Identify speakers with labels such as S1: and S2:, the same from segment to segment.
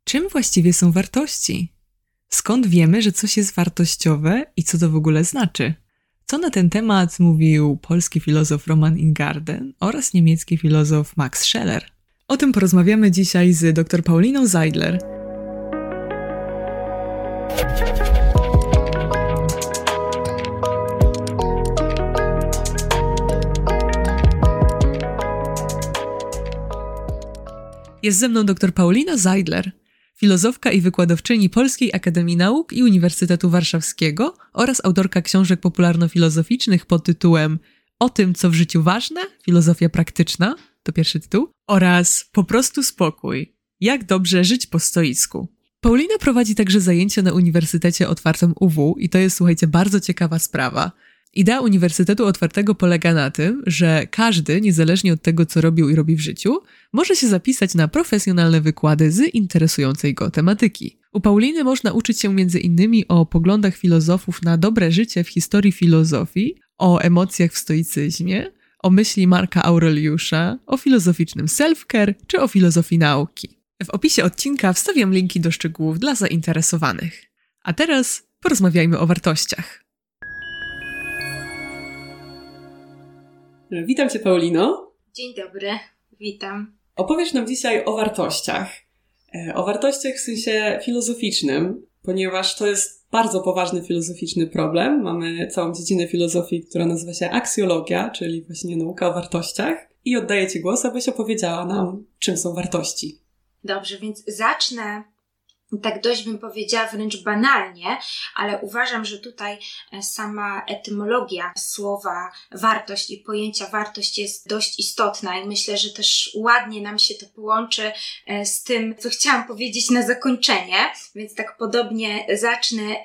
S1: Czym właściwie są wartości? Skąd wiemy, że coś jest wartościowe i co to w ogóle znaczy? Co na ten temat mówił polski filozof Roman Ingarden oraz niemiecki filozof Max Scheler? O tym porozmawiamy dzisiaj z dr Pauliną Seidler. Jest ze mną dr Paulina Seidler, filozofka i wykładowczyni Polskiej Akademii Nauk i Uniwersytetu Warszawskiego oraz autorka książek popularno-filozoficznych pod tytułem O tym, co w życiu ważne, filozofia praktyczna, to pierwszy tytuł, oraz Po prostu spokój, jak dobrze żyć po stoicku. Paulina prowadzi także zajęcia na Uniwersytecie Otwartym UW i to jest, słuchajcie, bardzo ciekawa sprawa. Idea Uniwersytetu Otwartego polega na tym, że każdy, niezależnie od tego, co robił i robi w życiu, może się zapisać na profesjonalne wykłady z interesującej go tematyki. U Pauliny można uczyć się m.in. o poglądach filozofów na dobre życie w historii filozofii, o emocjach w stoicyzmie, o myśli Marka Aureliusza, o filozoficznym self-care czy o filozofii nauki. W opisie odcinka wstawiam linki do szczegółów dla zainteresowanych. A teraz porozmawiajmy o wartościach. Witam Cię, Paulino.
S2: Dzień dobry, witam.
S1: Opowiesz nam dzisiaj o wartościach. O wartościach w sensie filozoficznym, ponieważ to jest bardzo poważny filozoficzny problem. Mamy całą dziedzinę filozofii, która nazywa się aksjologia, czyli właśnie nauka o wartościach. I oddaję Ci głos, abyś opowiedziała nam, czym są wartości.
S2: Dobrze, więc zacznę tak dość bym powiedziała wręcz banalnie, ale uważam, że tutaj sama etymologia słowa wartość i pojęcia wartość jest dość istotna i myślę, że też ładnie nam się to połączy z tym, co chciałam powiedzieć na zakończenie, więc tak podobnie zacznę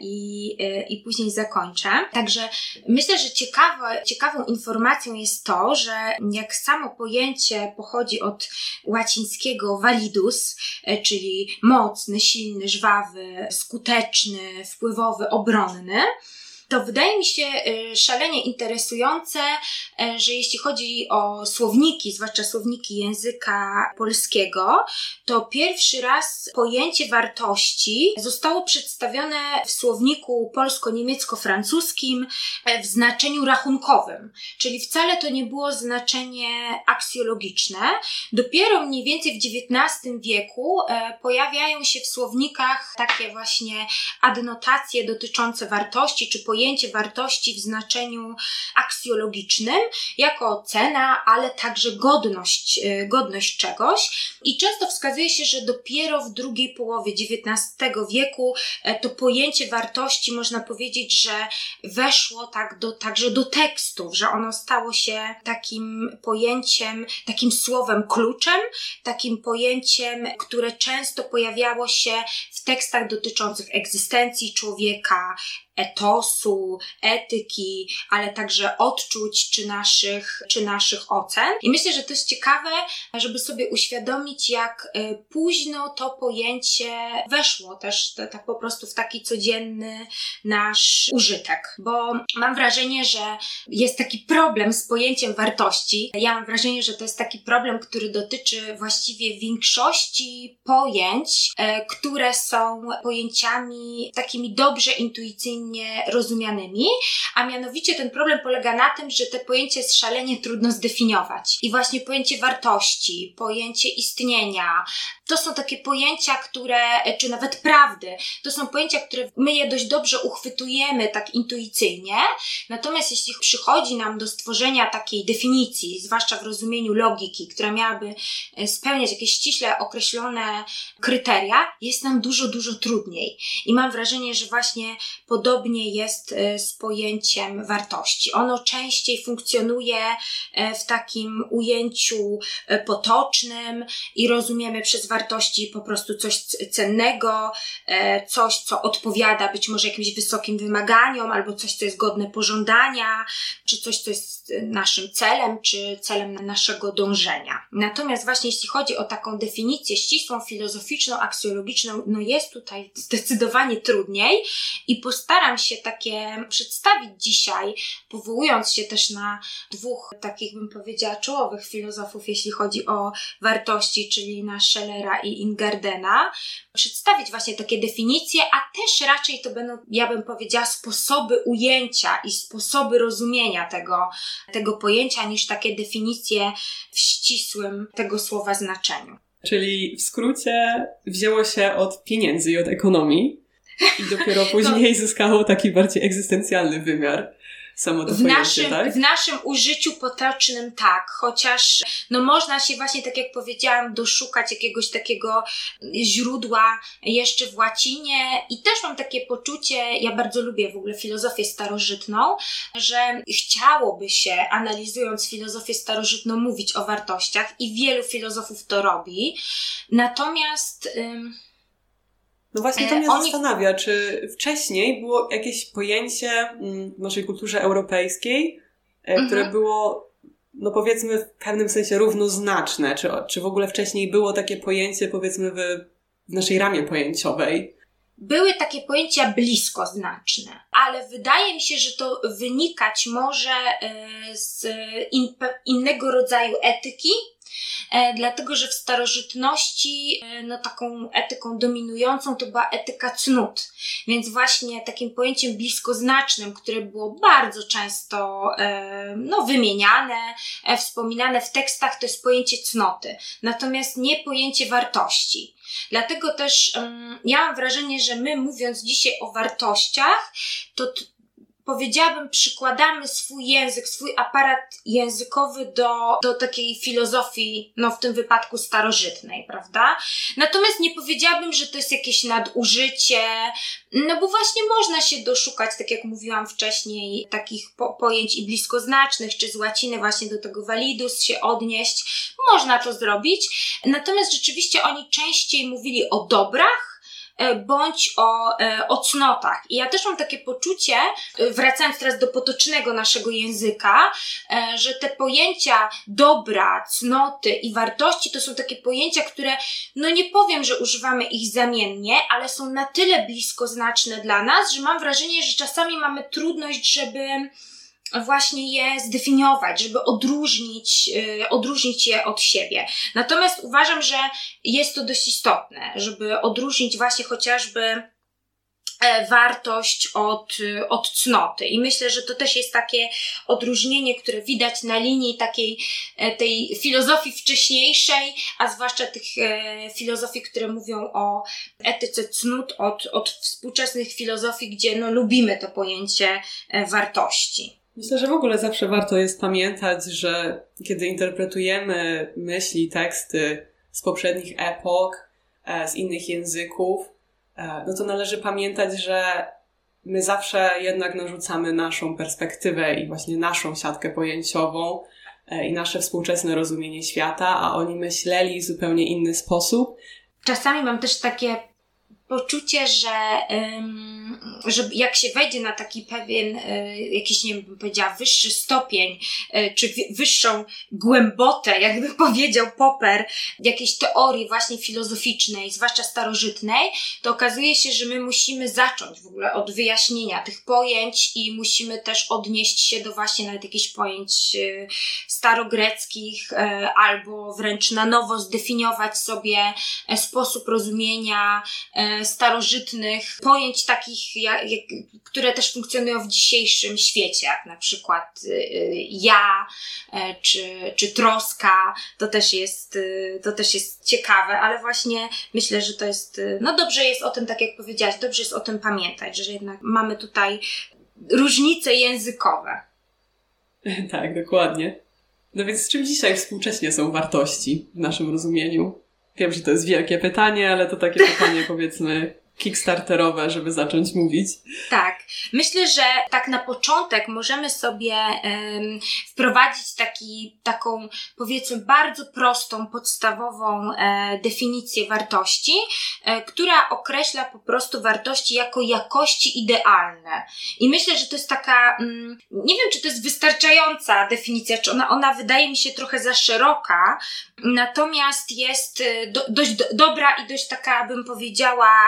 S2: i później zakończę. Także myślę, że ciekawą informacją jest to, że jak samo pojęcie pochodzi od łacińskiego validus, czyli mocny, silny, żwawy, skuteczny, wpływowy, obronny, to wydaje mi się szalenie interesujące, że jeśli chodzi o słowniki, zwłaszcza słowniki języka polskiego, to pierwszy raz pojęcie wartości zostało przedstawione w słowniku polsko-niemiecko-francuskim w znaczeniu rachunkowym, czyli wcale to nie było znaczenie aksjologiczne. Dopiero mniej więcej w XIX wieku pojawiają się w słownikach takie właśnie adnotacje dotyczące wartości, czy pojęcie wartości w znaczeniu aksjologicznym, jako cena, ale także godność czegoś. I często wskazuje się, że dopiero w drugiej połowie XIX wieku to pojęcie wartości, można powiedzieć, że weszło także do tekstów, że ono stało się takim pojęciem, takim słowem kluczem, takim pojęciem, które często pojawiało się w tekstach dotyczących egzystencji człowieka, etosu, etyki, ale także odczuć czy naszych ocen. I myślę, że to jest ciekawe, żeby sobie uświadomić, jak późno to pojęcie weszło też tak po prostu w taki codzienny nasz użytek. Bo mam wrażenie, że jest taki problem z pojęciem wartości. Ja mam wrażenie, że to jest taki problem, który dotyczy właściwie większości pojęć, które są pojęciami takimi dobrze intuicyjnie rozumianymi, a mianowicie ten problem polega na tym, że te pojęcie jest szalenie trudno zdefiniować. I właśnie pojęcie wartości, pojęcie istnienia, to są takie pojęcia, czy nawet prawdy, to są pojęcia, które my je dość dobrze uchwytujemy tak intuicyjnie, natomiast jeśli przychodzi nam do stworzenia takiej definicji, zwłaszcza w rozumieniu logiki, która miałaby spełniać jakieś ściśle określone kryteria, jest nam dużo, dużo trudniej. I mam wrażenie, że właśnie podobnie jest z pojęciem wartości. Ono częściej funkcjonuje w takim ujęciu potocznym i rozumiemy przez wartości po prostu coś cennego, coś, co odpowiada być może jakimś wysokim wymaganiom, albo coś, co jest godne pożądania, czy coś, co jest naszym celem, czy celem naszego dążenia. Natomiast właśnie jeśli chodzi o taką definicję ścisłą, filozoficzną, aksjologiczną, no jest tutaj zdecydowanie trudniej i postaram postaram się takie przedstawić dzisiaj, powołując się też na dwóch takich, bym powiedziała, czołowych filozofów, jeśli chodzi o wartości, czyli na Schellera i Ingardena, przedstawić właśnie takie definicje, a też raczej to będą, ja bym powiedziała, sposoby ujęcia i sposoby rozumienia tego pojęcia, niż takie definicje w ścisłym tego słowa znaczeniu.
S3: Czyli w skrócie wzięło się od pieniędzy i od ekonomii i dopiero później zyskało taki bardziej egzystencjalny wymiar samo to pojęcie, tak?
S2: W naszym użyciu potocznym tak, chociaż można się właśnie, tak jak powiedziałam, doszukać jakiegoś takiego źródła jeszcze w łacinie i też mam takie poczucie, ja bardzo lubię w ogóle filozofię starożytną, że chciałoby się, analizując filozofię starożytną, mówić o wartościach i wielu filozofów to robi, natomiast...
S3: No właśnie to mnie zastanawia, czy wcześniej było jakieś pojęcie w naszej kulturze europejskiej, które było, powiedzmy, w pewnym sensie równoznaczne, czy w ogóle wcześniej było takie pojęcie, powiedzmy, w naszej ramie pojęciowej?
S2: Były takie pojęcia bliskoznaczne, ale wydaje mi się, że to wynikać może z innego rodzaju etyki, dlatego, że w starożytności taką etyką dominującą to była etyka cnót. Więc właśnie takim pojęciem bliskoznacznym, które było bardzo często wymieniane, wspominane w tekstach, to jest pojęcie cnoty. Natomiast nie pojęcie wartości. Dlatego też ja mam wrażenie, że my, mówiąc dzisiaj o wartościach, to powiedziałabym, przykładamy swój język, swój aparat językowy do takiej filozofii, w tym wypadku starożytnej, prawda? Natomiast nie powiedziałabym, że to jest jakieś nadużycie, bo właśnie można się doszukać, tak jak mówiłam wcześniej, takich pojęć i bliskoznacznych, czy z łaciny właśnie do tego validus się odnieść. Można to zrobić. Natomiast rzeczywiście oni częściej mówili o dobrach, bądź o cnotach. I ja też mam takie poczucie, wracając teraz do potocznego naszego języka, że te pojęcia dobra, cnoty i wartości to są takie pojęcia, które, nie powiem, że używamy ich zamiennie, ale są na tyle bliskoznaczne dla nas, że mam wrażenie, że czasami mamy trudność, żeby właśnie je zdefiniować, żeby odróżnić je od siebie. Natomiast uważam, że jest to dość istotne, żeby odróżnić właśnie chociażby wartość od cnoty. I myślę, że to też jest takie odróżnienie, które widać na linii tej filozofii wcześniejszej, a zwłaszcza tych filozofii, które mówią o etyce cnót od współczesnych filozofii, gdzie lubimy to pojęcie wartości.
S3: Myślę, że w ogóle zawsze warto jest pamiętać, że kiedy interpretujemy myśli, teksty z poprzednich epok, z innych języków, to należy pamiętać, że my zawsze jednak narzucamy naszą perspektywę i właśnie naszą siatkę pojęciową i nasze współczesne rozumienie świata, a oni myśleli w zupełnie inny sposób.
S2: Czasami mam też takie poczucie, że jak się wejdzie na taki pewien, jakiś, nie wiem, bym powiedziała, wyższy stopień, czy wyższą głębotę, jakby powiedział Popper, jakiejś teorii właśnie filozoficznej, zwłaszcza starożytnej, to okazuje się, że my musimy zacząć w ogóle od wyjaśnienia tych pojęć i musimy też odnieść się do właśnie nawet jakichś pojęć starogreckich, albo wręcz na nowo zdefiniować sobie sposób rozumienia starożytnych pojęć takich, które też funkcjonują w dzisiejszym świecie, jak na przykład ja, czy troska, to też jest ciekawe, ale właśnie myślę, że to jest, dobrze jest o tym, tak jak powiedziałaś, dobrze jest o tym pamiętać, że jednak mamy tutaj różnice językowe.
S3: Tak, dokładnie. No więc czym dzisiaj współcześnie są wartości w naszym rozumieniu? Wiem, że to jest wielkie pytanie, ale to takie pytanie, powiedzmy, kickstarterowe, żeby zacząć mówić. Tak.
S2: Myślę, że tak na początek możemy sobie wprowadzić taką, powiedzmy, bardzo prostą, podstawową definicję wartości, która określa po prostu wartości jako jakości idealne. I myślę, że to jest taka, nie wiem, czy to jest wystarczająca definicja, czy ona wydaje mi się trochę za szeroka, natomiast jest dość dobra i dość taka, bym powiedziała, jasna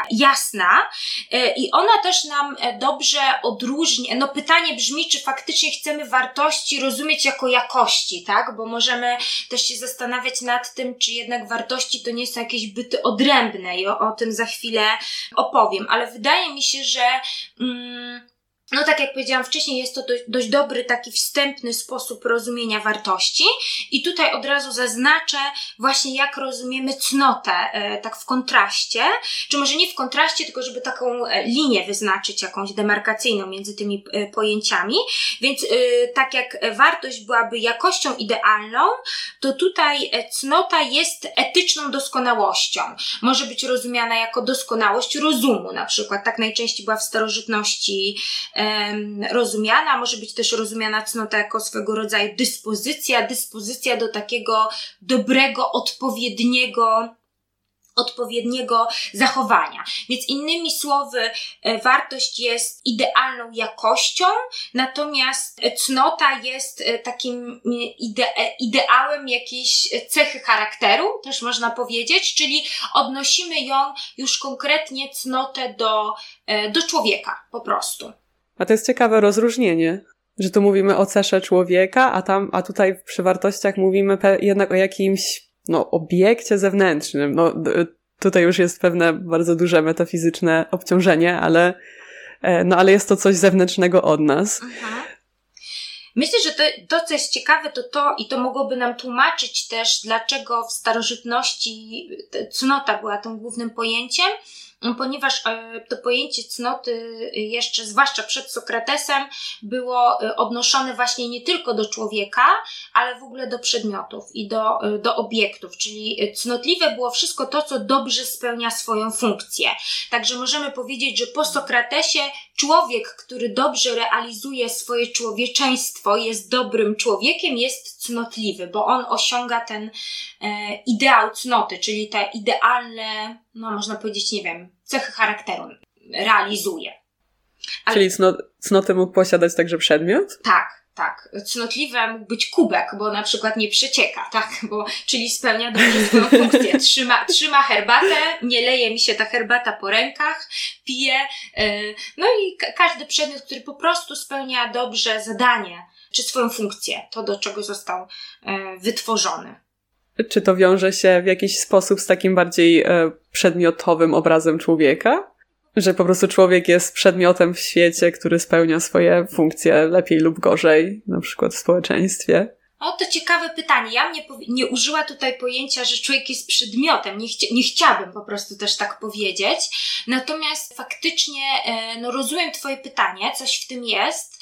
S2: jasna i ona też nam dobrze odróżnia. No pytanie brzmi, czy faktycznie chcemy wartości rozumieć jako jakości, tak? Bo możemy też się zastanawiać nad tym, czy jednak wartości to nie są jakieś byty odrębne i o tym za chwilę opowiem, ale wydaje mi się, że no tak jak powiedziałam wcześniej, jest to dość dobry taki wstępny sposób rozumienia wartości i tutaj od razu zaznaczę właśnie jak rozumiemy cnotę, tak w kontraście, czy może nie w kontraście, tylko żeby taką linię wyznaczyć jakąś demarkacyjną między tymi pojęciami, więc tak jak wartość byłaby jakością idealną, to tutaj cnota jest etyczną doskonałością. Może być rozumiana jako doskonałość rozumu, na przykład, tak najczęściej była w starożytności rozumiana, może być też rozumiana cnota jako swego rodzaju dyspozycja do takiego dobrego, odpowiedniego zachowania. Więc innymi słowy, wartość jest idealną jakością, natomiast cnota jest takim ideałem jakiejś cechy charakteru, też można powiedzieć, czyli odnosimy ją już konkretnie cnotę do człowieka po prostu.
S3: A to jest ciekawe rozróżnienie, że tu mówimy o cesze człowieka, a tutaj przy wartościach mówimy jednak o jakimś obiekcie zewnętrznym. Tutaj już jest pewne bardzo duże metafizyczne obciążenie, ale jest to coś zewnętrznego od nas.
S2: Mhm. Myślę, że to, co jest ciekawe, to mogłoby nam tłumaczyć też, dlaczego w starożytności cnota była tym głównym pojęciem, ponieważ to pojęcie cnoty jeszcze, zwłaszcza przed Sokratesem, było odnoszone właśnie nie tylko do człowieka, ale w ogóle do przedmiotów i do obiektów, czyli cnotliwe było wszystko to, co dobrze spełnia swoją funkcję. Także możemy powiedzieć, że po Sokratesie człowiek, który dobrze realizuje swoje człowieczeństwo, jest dobrym człowiekiem, jest cnotliwy, bo on osiąga ten ideał cnoty, czyli te idealne, można powiedzieć, nie wiem, cechy charakteru realizuje.
S3: Czyli cnotę mógł posiadać także przedmiot?
S2: Tak. Cnotliwe mógł być kubek, bo na przykład nie przecieka, tak? Czyli spełnia dobrze swoją funkcję. Trzyma herbatę, nie leje mi się ta herbata po rękach, pije. No i każdy przedmiot, który po prostu spełnia dobrze zadanie, czy swoją funkcję, to do czego został wytworzony.
S3: Czy to wiąże się w jakiś sposób z takim bardziej przedmiotowym obrazem człowieka? Że po prostu człowiek jest przedmiotem w świecie, który spełnia swoje funkcje lepiej lub gorzej, na przykład w społeczeństwie?
S2: O, to ciekawe pytanie. Ja nie użyła tutaj pojęcia, że człowiek jest przedmiotem. Nie chciałabym po prostu też tak powiedzieć. Natomiast faktycznie rozumiem twoje pytanie, coś w tym jest.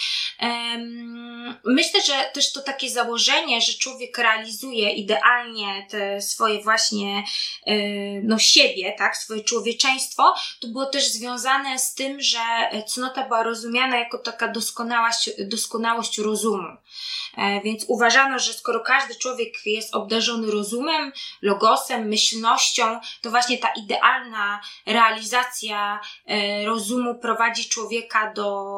S2: Myślę, że też to takie założenie, że człowiek realizuje idealnie te swoje właśnie siebie, tak, swoje człowieczeństwo, to było też związane z tym, że cnota była rozumiana jako taka doskonałość rozumu. Więc uważano, że skoro każdy człowiek jest obdarzony rozumem, logosem, myślnością, to właśnie ta idealna realizacja rozumu prowadzi człowieka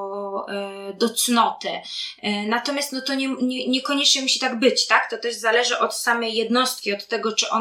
S2: do cnoty. Natomiast to niekoniecznie musi tak być, tak? To też zależy od samej jednostki, od tego, czy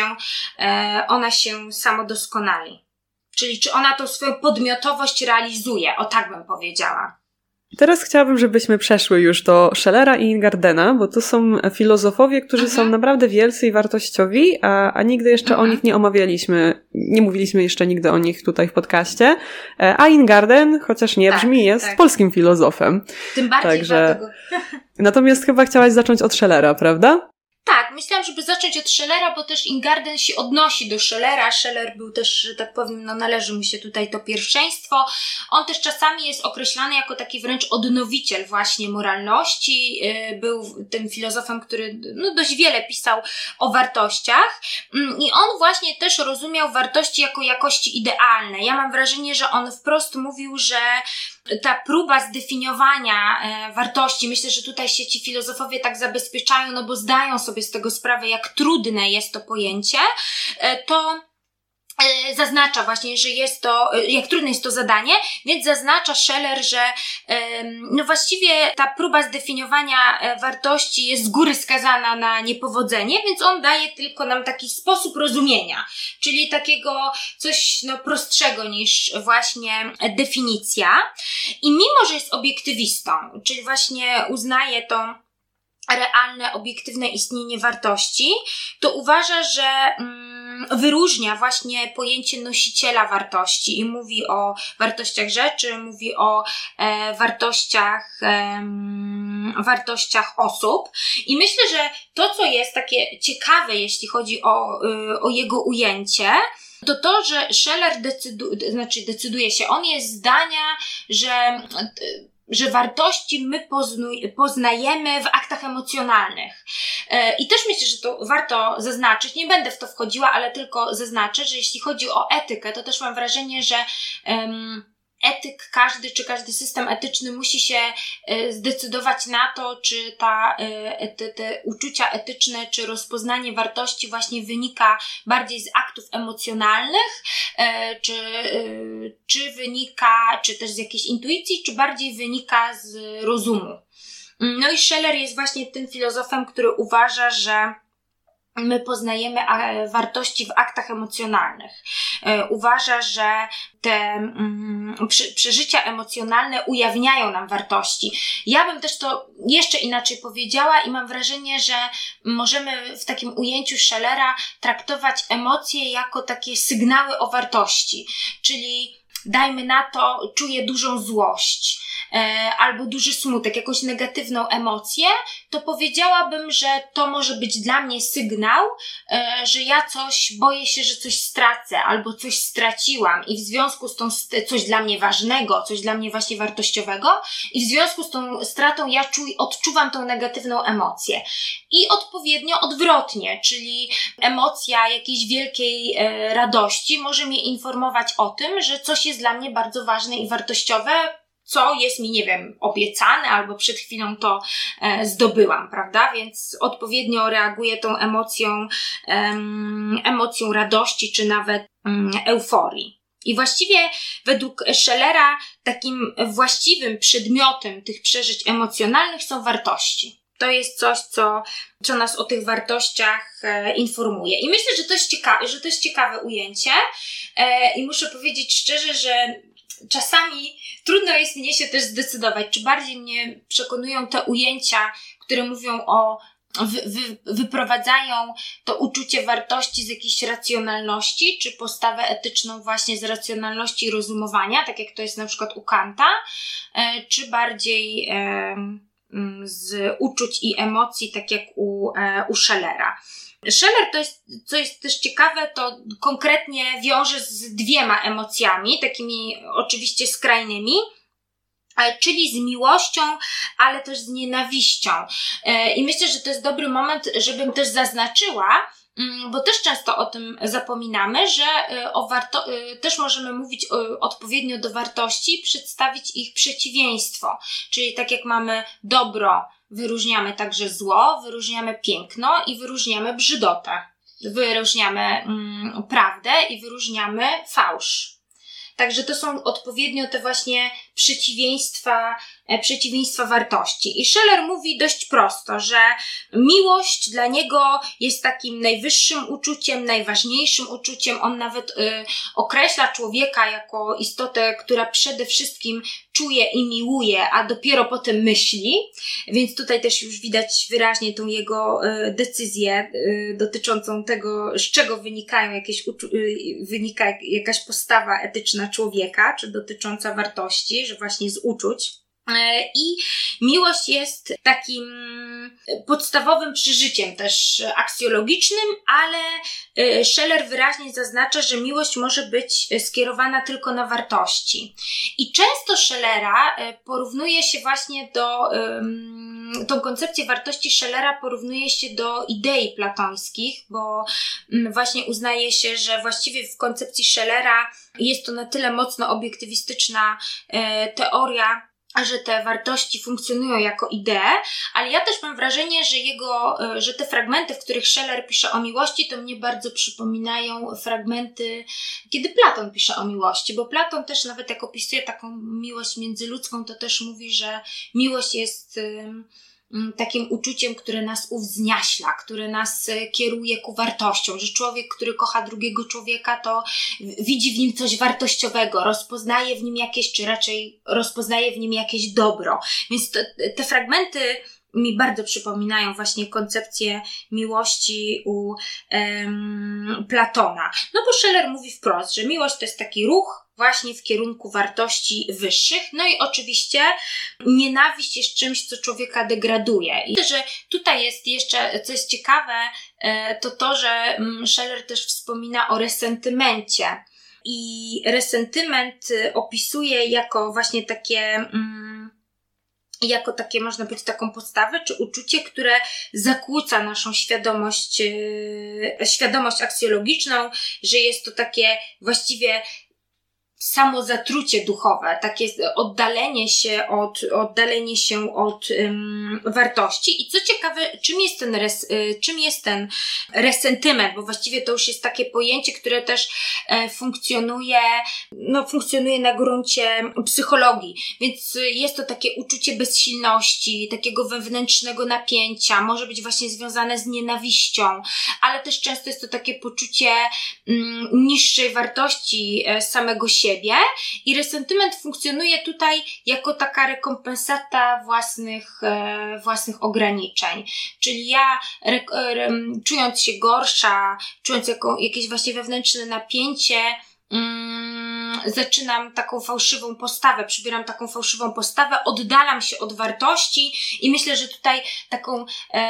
S2: ona się samodoskonali. Czyli czy ona tą swoją podmiotowość realizuje, o tak bym powiedziała.
S3: Teraz chciałabym, żebyśmy przeszły już do Schellera i Ingardena, bo to są filozofowie, którzy są naprawdę wielcy i wartościowi, a nigdy jeszcze o nich nie omawialiśmy, nie mówiliśmy jeszcze nigdy o nich tutaj w podcaście. A Ingarden, chociaż nie brzmi, jest polskim filozofem.
S2: Tym bardziej dlatego.
S3: Natomiast chyba chciałaś zacząć od Schellera, prawda?
S2: Tak, myślałam, żeby zacząć od Schellera, bo też Ingarden się odnosi do Schellera. Scheller był też, że tak powiem, należy mu się tutaj to pierwszeństwo. On też czasami jest określany jako taki wręcz odnowiciel właśnie moralności. Był tym filozofem, który dość wiele pisał o wartościach i on właśnie też rozumiał wartości jako jakości idealne. Ja mam wrażenie, że on wprost mówił, że ta próba zdefiniowania wartości, myślę, że tutaj się ci filozofowie tak zabezpieczają, bo zdają sobie z tego sprawę, jak trudne jest to pojęcie, to zaznacza właśnie, że jest to, jak trudne jest to zadanie, więc zaznacza Scheller, że no właściwie ta próba zdefiniowania wartości jest z góry skazana na niepowodzenie, więc on daje tylko nam taki sposób rozumienia, czyli takiego coś prostszego niż właśnie definicja. I mimo, że jest obiektywistą, czyli właśnie uznaje to realne, obiektywne istnienie wartości, to uważa, że wyróżnia właśnie pojęcie nosiciela wartości i mówi o wartościach rzeczy, mówi o wartościach osób. I myślę, że to, co jest takie ciekawe, jeśli chodzi o jego ujęcie, to, że Scheller decyduje się, on jest zdania, że wartości my poznajemy w aktach emocjonalnych. I też myślę, że to warto zaznaczyć, nie będę w to wchodziła, ale tylko zaznaczę, że jeśli chodzi o etykę, to też mam wrażenie, że etyk każdy system etyczny musi się zdecydować na to, czy te uczucia etyczne, czy rozpoznanie wartości właśnie wynika bardziej z aktów emocjonalnych, czy wynika, czy też z jakiejś intuicji, czy bardziej wynika z rozumu. No i Scheller jest właśnie tym filozofem, który uważa, że my poznajemy wartości w aktach emocjonalnych. Uważa, że te przeżycia emocjonalne ujawniają nam wartości. Ja bym też to jeszcze inaczej powiedziała i mam wrażenie, że możemy w takim ujęciu Schellera traktować emocje jako takie sygnały o wartości. Czyli dajmy na to, czuję dużą złość albo duży smutek, jakąś negatywną emocję, to powiedziałabym, że to może być dla mnie sygnał, że ja boję się, że coś stracę albo coś straciłam i w związku z tą coś dla mnie ważnego, coś dla mnie właśnie wartościowego i w związku z tą stratą ja odczuwam tą negatywną emocję. I odpowiednio odwrotnie, czyli emocja jakiejś wielkiej radości może mnie informować o tym, że coś jest dla mnie bardzo ważne i wartościowe, co jest mi, nie wiem, obiecane, albo przed chwilą to zdobyłam, prawda? Więc odpowiednio reaguję tą emocją radości, czy nawet euforii. I właściwie według Schellera takim właściwym przedmiotem tych przeżyć emocjonalnych są wartości. To jest coś, co nas o tych wartościach informuje. I myślę, że to jest ciekawe ujęcie i muszę powiedzieć szczerze, że czasami trudno jest mnie się też zdecydować, czy bardziej mnie przekonują te ujęcia, które mówią wyprowadzają to uczucie wartości z jakiejś racjonalności, czy postawę etyczną właśnie z racjonalności i rozumowania, tak jak to jest na przykład u Kanta, czy bardziej z uczuć i emocji, tak jak u Schellera. Scheller to jest, co jest też ciekawe, to konkretnie wiąże z dwiema emocjami, takimi oczywiście skrajnymi, czyli z miłością, ale też z nienawiścią. I myślę, że to jest dobry moment, żebym też zaznaczyła, bo też często o tym zapominamy, że też możemy mówić odpowiednio do wartości, przedstawić ich przeciwieństwo. Czyli tak jak mamy dobro, wyróżniamy także zło, wyróżniamy piękno i wyróżniamy brzydotę. Wyróżniamy prawdę i wyróżniamy fałsz. Także to są odpowiednio te właśnie przeciwieństwa wartości. I Scheller mówi dość prosto, że miłość dla niego jest takim najwyższym uczuciem, najważniejszym uczuciem. On nawet określa człowieka jako istotę, która przede wszystkim czuje i miłuje, a dopiero potem myśli. Więc tutaj też już widać wyraźnie tą jego decyzję dotyczącą tego, z czego wynika jakaś postawa etyczna człowieka, czy dotycząca wartości, że właśnie z uczuć. I miłość jest takim podstawowym przeżyciem też aksjologicznym, ale Scheller wyraźnie zaznacza, że miłość może być skierowana tylko na wartości. I często Schellera porównuje się właśnie tą koncepcję wartości Schellera porównuje się do idei platońskich, bo właśnie uznaje się, że właściwie w koncepcji Schellera jest to na tyle mocno obiektywistyczna teoria że te wartości funkcjonują jako idee, ale ja też mam wrażenie, że te fragmenty, w których Scheler pisze o miłości, to mnie bardzo przypominają fragmenty, kiedy Platon pisze o miłości, bo Platon też nawet jak opisuje taką miłość międzyludzką, to też mówi, że miłość jest takim uczuciem, które nas uwzniaśla, które nas kieruje ku wartościom, że człowiek, który kocha drugiego człowieka, to widzi w nim coś wartościowego, rozpoznaje w nim jakieś, czy raczej rozpoznaje w nim jakieś dobro. Więc te fragmenty mi bardzo przypominają właśnie koncepcję miłości u Platona. No bo Scheler mówi wprost, że miłość to jest taki ruch właśnie w kierunku wartości wyższych. No i oczywiście nienawiść jest czymś, co człowieka degraduje. I że tutaj jest jeszcze, co jest ciekawe, to, że Scheler też wspomina o resentymencie. I resentyment opisuje jako właśnie takie można powiedzieć, taką postawę czy uczucie, które zakłóca naszą świadomość aksjologiczną, że jest to takie właściwie samozatrucie duchowe, takie oddalenie się od wartości. I co ciekawe, czym jest ten resentyment, bo właściwie to już jest takie pojęcie, które też funkcjonuje na gruncie psychologii. Więc jest to takie uczucie bezsilności, takiego wewnętrznego napięcia, może być właśnie związane z nienawiścią, ale też często jest to takie poczucie niższej wartości samego siebie. I resentyment funkcjonuje tutaj jako taka rekompensata własnych ograniczeń. Czyli ja czując się gorsza, czując jakieś właśnie wewnętrzne napięcie, zaczynam taką fałszywą postawę, przybieram taką fałszywą postawę, oddalam się od wartości i myślę, że tutaj taką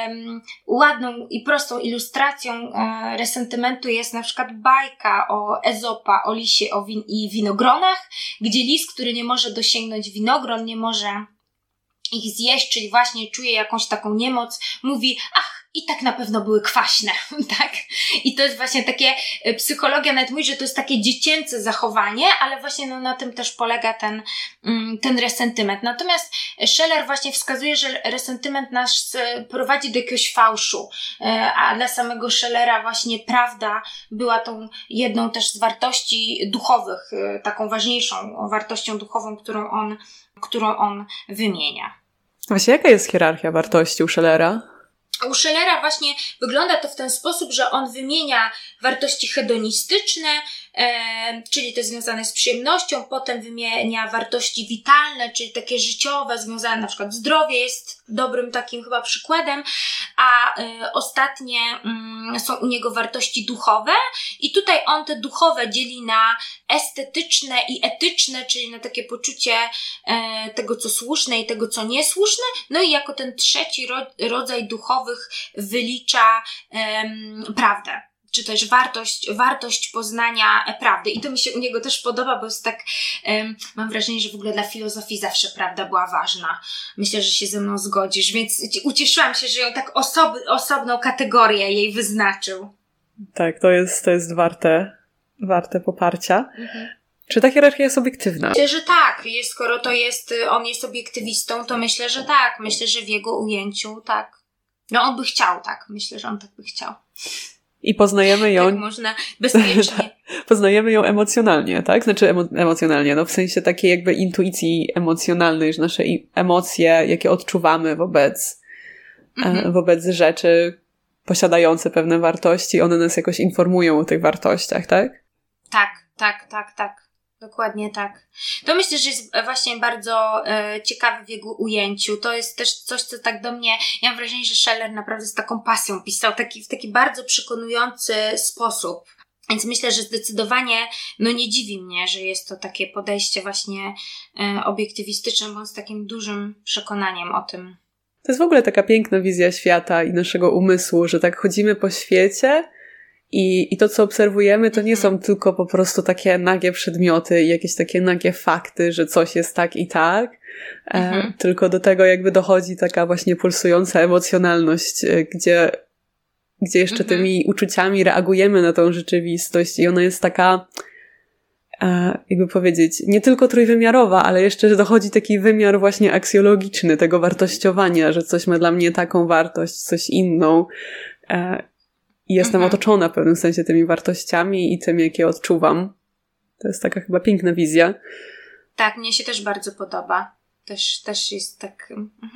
S2: ładną i prostą ilustracją resentymentu jest na przykład bajka o Ezopa, o lisie i winogronach, gdzie lis, który nie może dosięgnąć winogron, nie może ich zjeść, czyli właśnie czuje jakąś taką niemoc, mówi: ach, i tak na pewno były kwaśne, tak? I to jest właśnie takie, psychologia nawet mówi, że to jest takie dziecięce zachowanie, ale właśnie na tym też polega ten resentyment. Natomiast Scheler właśnie wskazuje, że resentyment nas prowadzi do jakiegoś fałszu, a dla samego Schelera właśnie prawda była tą jedną też z wartości duchowych, taką ważniejszą wartością duchową, którą on wymienia.
S3: Właśnie jaka jest hierarchia wartości u Schelera?
S2: U Schelera właśnie wygląda to w ten sposób, że on wymienia wartości hedonistyczne, czyli te związane z przyjemnością, potem wymienia wartości witalne, czyli takie życiowe, związane na przykład zdrowie jest dobrym takim chyba przykładem, a ostatnie są u niego wartości duchowe i tutaj on te duchowe dzieli na estetyczne i etyczne, czyli na takie poczucie tego, co słuszne i tego, co niesłuszne, no i jako ten trzeci rodzaj duchowych wylicza prawdę, czy też wartość poznania prawdy. I to mi się u niego też podoba, bo jest tak, mam wrażenie, że w ogóle dla filozofii zawsze prawda była ważna. Myślę, że się ze mną zgodzisz, więc ucieszyłam się, że ją tak osobną kategorię jej wyznaczył.
S3: Tak, to jest warte poparcia. Mhm. Czy ta hierarchia jest obiektywna?
S2: Myślę, że tak. Skoro on jest obiektywistą, to myślę, że tak. Myślę, że w jego ujęciu tak. No on by chciał, tak. Myślę, że on tak by chciał.
S3: I poznajemy ją...
S2: Tak można bezpiecznie.
S3: Poznajemy ją emocjonalnie, tak? Znaczy emocjonalnie, no w sensie takiej jakby intuicji emocjonalnej, że nasze emocje, jakie odczuwamy wobec rzeczy posiadające pewne wartości, one nas jakoś informują o tych wartościach, tak?
S2: Tak. Dokładnie tak. To myślę, że jest właśnie bardzo ciekawe w jego ujęciu. To jest też coś, co tak do mnie... Ja mam wrażenie, że Scheler naprawdę z taką pasją pisał, w taki bardzo przekonujący sposób. Więc myślę, że zdecydowanie nie dziwi mnie, że jest to takie podejście właśnie obiektywistyczne, bo z takim dużym przekonaniem o tym.
S3: To jest w ogóle taka piękna wizja świata i naszego umysłu, że tak chodzimy po świecie i to, co obserwujemy, to nie są tylko po prostu takie nagie przedmioty i jakieś takie nagie fakty, że coś jest tak i tak, tylko do tego jakby dochodzi taka właśnie pulsująca emocjonalność, gdzie jeszcze tymi uczuciami reagujemy na tą rzeczywistość i ona jest taka jakby powiedzieć, nie tylko trójwymiarowa, ale jeszcze dochodzi taki wymiar właśnie aksjologiczny tego wartościowania, że coś ma dla mnie taką wartość, coś inną. I jestem otoczona w pewnym sensie tymi wartościami i tym, jakie odczuwam. To jest taka chyba piękna wizja.
S2: Tak, mnie się też bardzo podoba. Też jest tak,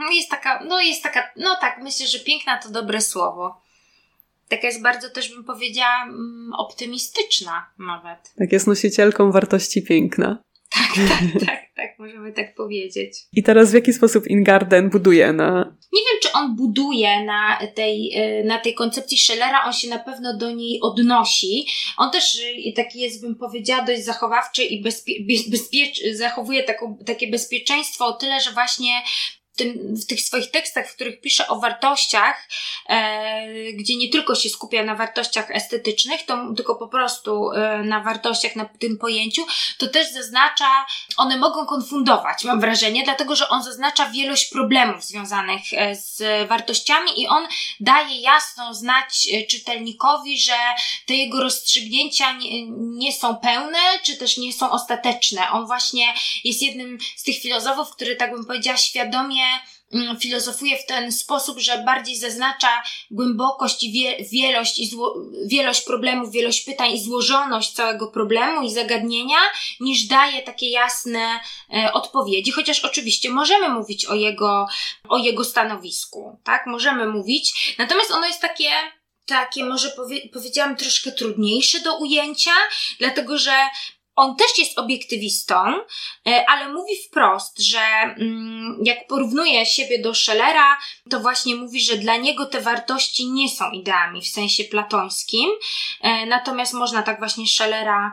S2: myślę, że piękna to dobre słowo. Taka jest bardzo też, bym powiedziała, optymistyczna nawet.
S3: Tak, jest nosicielką wartości piękna.
S2: Tak, możemy tak powiedzieć.
S3: I teraz w jaki sposób Ingarden buduje na...
S2: Nie wiem, czy on buduje na tej koncepcji Schellera, on się na pewno do niej odnosi. On też taki jest, bym powiedziała, dość zachowawczy i zachowuje takie bezpieczeństwo o tyle, że właśnie w tych swoich tekstach, w których pisze o wartościach, gdzie nie tylko się skupia na wartościach estetycznych, tylko po prostu na wartościach, na tym pojęciu, to też zaznacza, one mogą konfundować, mam wrażenie, dlatego, że on zaznacza wielość problemów związanych z wartościami i on daje jasno znać czytelnikowi, że te jego rozstrzygnięcia nie są pełne, czy też nie są ostateczne. On właśnie jest jednym z tych filozofów, który, tak bym powiedziała, świadomie filozofuje w ten sposób, że bardziej zaznacza głębokość i wielość problemów, wielość pytań i złożoność całego problemu i zagadnienia, niż daje takie jasne odpowiedzi, chociaż oczywiście możemy mówić o jego stanowisku, tak? Możemy mówić, natomiast ono jest takie może powiedziałam troszkę trudniejsze do ujęcia, dlatego że on też jest obiektywistą, ale mówi wprost, że jak porównuje siebie do Schellera, to właśnie mówi, że dla niego te wartości nie są ideami w sensie platońskim, natomiast można tak właśnie Schellera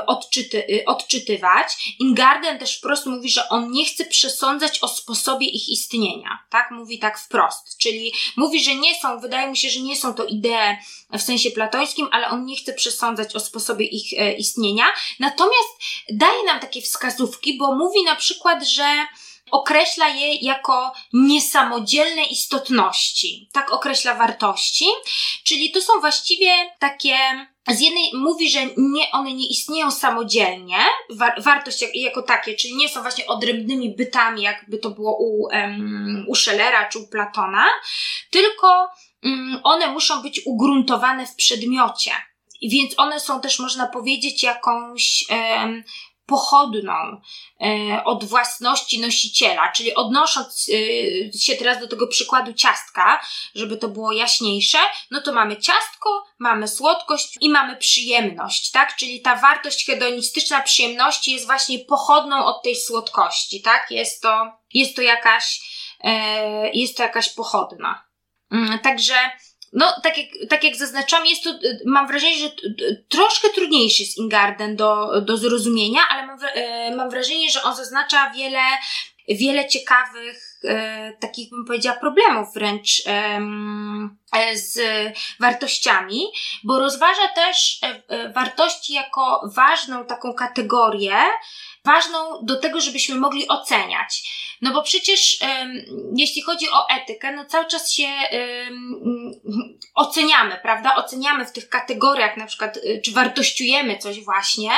S2: odczytywać. Ingarden też wprost mówi, że on nie chce przesądzać o sposobie ich istnienia, tak? Mówi tak wprost, czyli mówi, że wydaje mu się, że nie są to idee w sensie platońskim, ale on nie chce przesądzać o sposobie ich istnienia. Natomiast daje nam takie wskazówki, bo mówi na przykład, że określa je jako niesamodzielne istotności. Tak określa wartości, czyli to są właściwie takie... Z jednej mówi, że one nie istnieją samodzielnie, wartość jako takie, czyli nie są właśnie odrębnymi bytami, jakby to było u Schellera czy u Platona, tylko one muszą być ugruntowane w przedmiocie. Więc one są też, można powiedzieć, jakąś pochodną od własności nosiciela, czyli odnosząc się teraz do tego przykładu ciastka, żeby to było jaśniejsze, no to mamy ciastko, mamy słodkość i mamy przyjemność, tak? Czyli ta wartość hedonistyczna przyjemności jest właśnie pochodną od tej słodkości, tak? Jest to jakaś pochodna. Także no, tak jak zaznaczam, mam wrażenie, że troszkę trudniejszy jest Ingarden do zrozumienia, ale mam wrażenie, że on zaznacza wiele ciekawych, takich bym powiedziała problemów wręcz z wartościami, bo rozważa też wartości jako ważną taką kategorię, ważną do tego, żebyśmy mogli oceniać. No bo przecież jeśli chodzi o etykę, no cały czas się oceniamy, prawda? Oceniamy w tych kategoriach, na przykład czy wartościujemy coś właśnie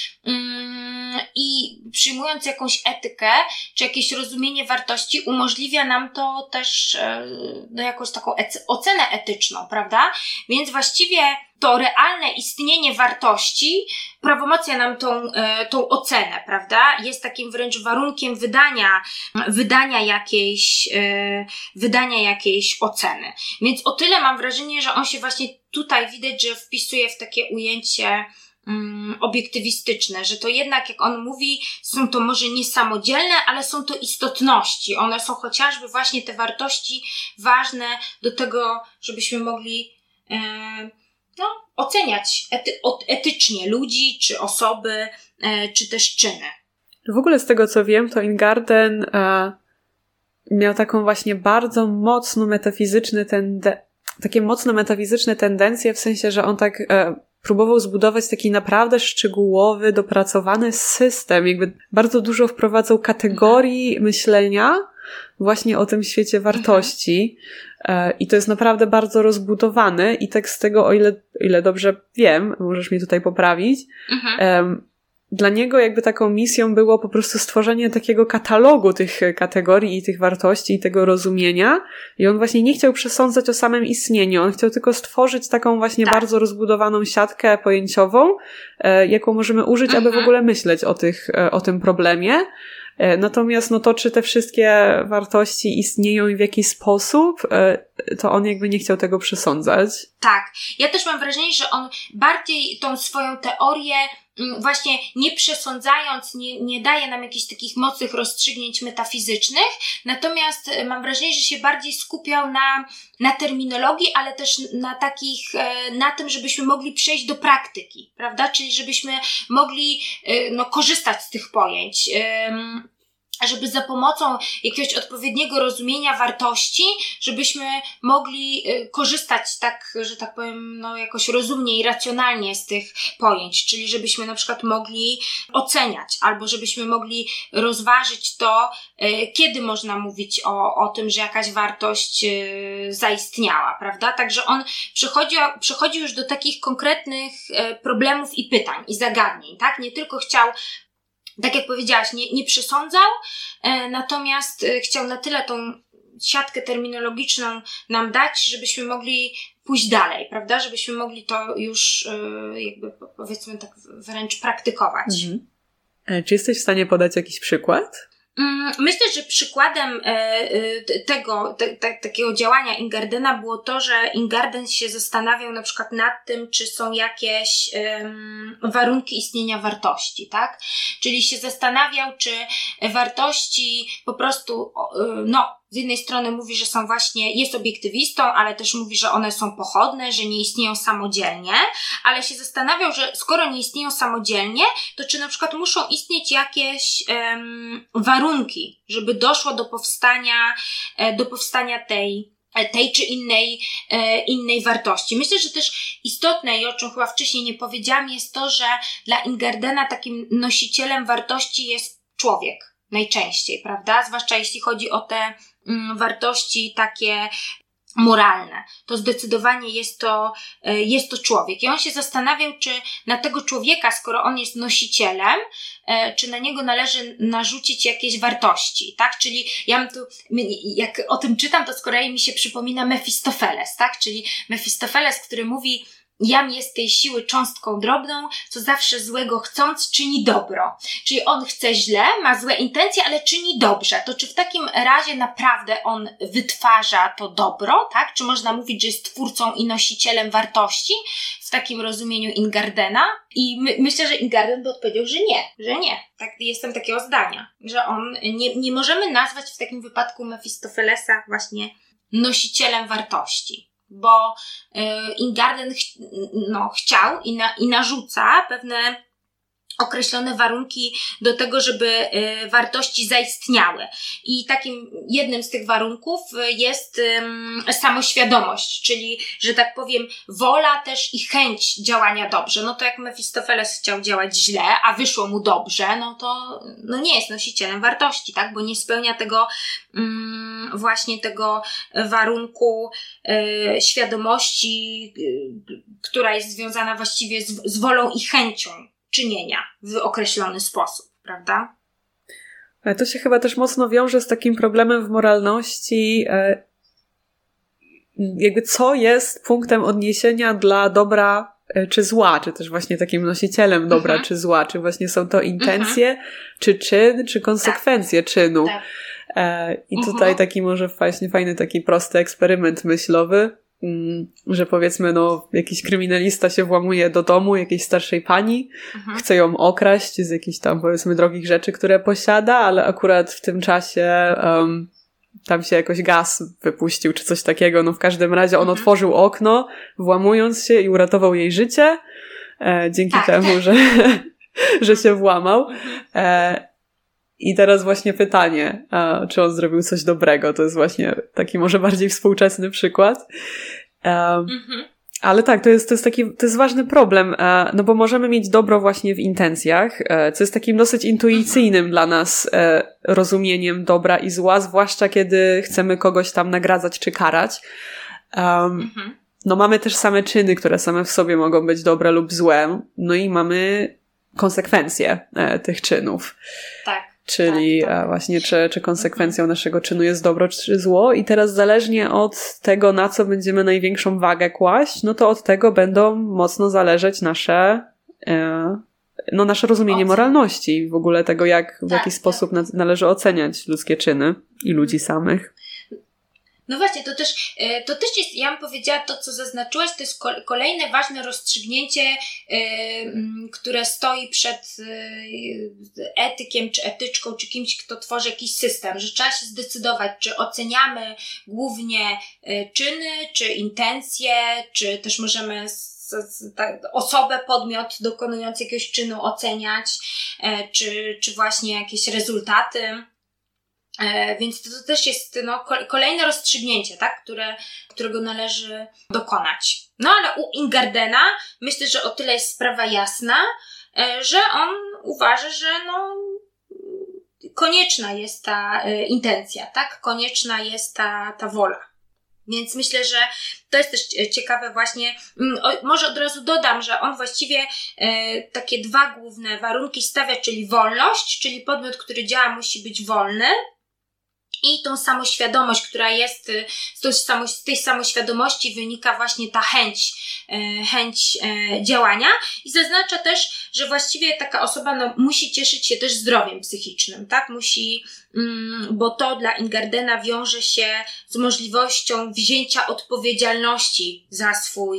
S2: i przyjmując jakąś etykę, czy jakieś rozumienie wartości umożliwia nam to też jakąś taką ocenę etyczną, prawda? Więc właściwie to realne istnienie wartości prawomocnia nam tą ocenę, prawda? Jest takim wręcz warunkiem wydania jakiejś oceny. Więc o tyle mam wrażenie, że on się właśnie tutaj widać, że wpisuje w takie ujęcie obiektywistyczne, że to jednak, jak on mówi, są to może niesamodzielne, ale są to istotności. One są chociażby właśnie te wartości ważne do tego, żebyśmy mogli oceniać etycznie ludzi, czy osoby, czy też czyny.
S3: W ogóle z tego, co wiem, to Ingarden miał taką właśnie bardzo mocno takie mocno metafizyczne tendencje, w sensie, że on tak próbował zbudować taki naprawdę szczegółowy, dopracowany system. Jakby bardzo dużo wprowadzał kategorii myślenia właśnie o tym świecie wartości. I to jest naprawdę bardzo rozbudowany i tak z tego, o ile dobrze wiem, możesz mnie tutaj poprawić, dla niego jakby taką misją było po prostu stworzenie takiego katalogu tych kategorii i tych wartości i tego rozumienia i on właśnie nie chciał przesądzać o samym istnieniu, on chciał tylko stworzyć taką właśnie bardzo rozbudowaną siatkę pojęciową, jaką możemy użyć, aby w ogóle myśleć o tym problemie. Natomiast to, czy te wszystkie wartości istnieją i w jaki sposób, to on jakby nie chciał tego przesądzać.
S2: Tak. Ja też mam wrażenie, że on bardziej tą swoją teorię właśnie nie przesądzając, nie daje nam jakichś takich mocnych rozstrzygnięć metafizycznych, natomiast mam wrażenie, że się bardziej skupiał na terminologii, ale też na tym, żebyśmy mogli przejść do praktyki, prawda? Czyli żebyśmy mogli korzystać z tych pojęć, żeby za pomocą jakiegoś odpowiedniego rozumienia wartości, żebyśmy mogli korzystać tak, że tak powiem, jakoś rozumnie i racjonalnie z tych pojęć, czyli żebyśmy na przykład mogli oceniać, albo żebyśmy mogli rozważyć to, kiedy można mówić o tym, że jakaś wartość zaistniała, prawda? Także on przechodził już do takich konkretnych problemów i pytań i zagadnień, tak? Nie tylko chciał, tak jak powiedziałaś, nie przesądzał, natomiast chciał na tyle tą siatkę terminologiczną nam dać, żebyśmy mogli pójść dalej, prawda? Żebyśmy mogli to już jakby powiedzmy tak wręcz praktykować.
S3: Czy jesteś w stanie podać jakiś przykład?
S2: Myślę, że przykładem takiego działania Ingardena było to, że Ingarden się zastanawiał na przykład nad tym, czy są jakieś warunki istnienia wartości, tak? Czyli się zastanawiał, czy wartości po prostu, z jednej strony mówi, że są właśnie, jest obiektywistą, ale też mówi, że one są pochodne, że nie istnieją samodzielnie, ale się zastanawiał, że skoro nie istnieją samodzielnie, to czy na przykład muszą istnieć jakieś warunki, żeby doszło do powstania tej czy innej wartości. Myślę, że też istotne i o czym chyba wcześniej nie powiedziałam, jest to, że dla Ingardena takim nosicielem wartości jest człowiek najczęściej, prawda? Zwłaszcza jeśli chodzi o te wartości takie moralne. To zdecydowanie jest to człowiek. I on się zastanawiał, czy na tego człowieka, skoro on jest nosicielem, czy na niego należy narzucić jakieś wartości, tak? Czyli ja mam tu, jak o tym czytam, to z kolei mi się przypomina Mefistofeles, tak? Czyli Mefistofeles, który mówi: jam jest tej siły cząstką drobną, co zawsze złego chcąc czyni dobro. Czyli on chce źle, ma złe intencje, ale czyni dobrze. To czy w takim razie naprawdę on wytwarza to dobro, tak? Czy można mówić, że jest twórcą i nosicielem wartości w takim rozumieniu Ingardena? I myślę, że Ingarden by odpowiedział, że nie. Tak, jestem takiego zdania, że on nie możemy nazwać w takim wypadku Mefistofelesa właśnie nosicielem wartości. Bo Ingarden chciał i narzuca pewne określone warunki do tego, żeby wartości zaistniały. I takim jednym z tych warunków jest samoświadomość, czyli, że tak powiem, wola też i chęć działania dobrze. No to jak Mefistofeles chciał działać źle, a wyszło mu dobrze, no to nie jest nosicielem wartości, tak? Bo nie spełnia tego właśnie tego warunku świadomości, która jest związana właściwie z wolą i chęcią czynienia w określony sposób, prawda?
S3: Ale to się chyba też mocno wiąże z takim problemem w moralności, jakby co jest punktem odniesienia dla dobra czy zła, czy też właśnie takim nosicielem dobra czy zła, czy właśnie są to intencje, czy czyn, czy konsekwencje czynu. Tak. I tutaj taki może właśnie fajny, taki prosty eksperyment myślowy, że powiedzmy, jakiś kryminalista się włamuje do domu jakiejś starszej pani, chce ją okraść z jakichś tam, powiedzmy, drogich rzeczy, które posiada, ale akurat w tym czasie tam się jakoś gaz wypuścił, czy coś takiego. W każdym razie on otworzył okno, włamując się i uratował jej życie, dzięki temu, że się włamał. I teraz właśnie pytanie, czy on zrobił coś dobrego? To jest właśnie taki może bardziej współczesny przykład. Ale tak, to jest ważny problem, bo możemy mieć dobro właśnie w intencjach, co jest takim dosyć intuicyjnym dla nas rozumieniem dobra i zła, zwłaszcza kiedy chcemy kogoś tam nagradzać czy karać. Mamy też same czyny, które same w sobie mogą być dobre lub złe, i mamy konsekwencje tych czynów.
S2: Tak.
S3: Czyli właśnie czy konsekwencją naszego czynu jest dobro czy zło i teraz zależnie od tego, na co będziemy największą wagę kłaść, no to od tego będą mocno zależeć nasze rozumienie moralności, w ogóle tego, w jaki sposób należy oceniać ludzkie czyny i ludzi samych.
S2: No właśnie, to też jest, ja bym powiedziała, to co zaznaczyłaś, to jest kolejne ważne rozstrzygnięcie, które stoi przed etykiem, czy etyczką, czy kimś, kto tworzy jakiś system, że trzeba się zdecydować, czy oceniamy głównie czyny, czy intencje, czy też możemy osobę, podmiot dokonujący jakiegoś czynu oceniać, czy właśnie jakieś rezultaty. Więc to też jest kolejne rozstrzygnięcie, tak? Którego należy dokonać. No ale u Ingardena myślę, że o tyle jest sprawa jasna, że on uważa, że konieczna jest ta intencja, tak? Konieczna jest ta wola. Więc myślę, że to jest też ciekawe właśnie. Może od razu dodam, że on właściwie takie dwa główne warunki stawia, czyli wolność, czyli podmiot, który działa, musi być wolny, i tą samoświadomość, która jest, z tej samoświadomości wynika właśnie ta chęć działania i zaznacza też, że właściwie taka osoba musi cieszyć się też zdrowiem psychicznym, tak? Bo to dla Ingardena wiąże się z możliwością wzięcia odpowiedzialności za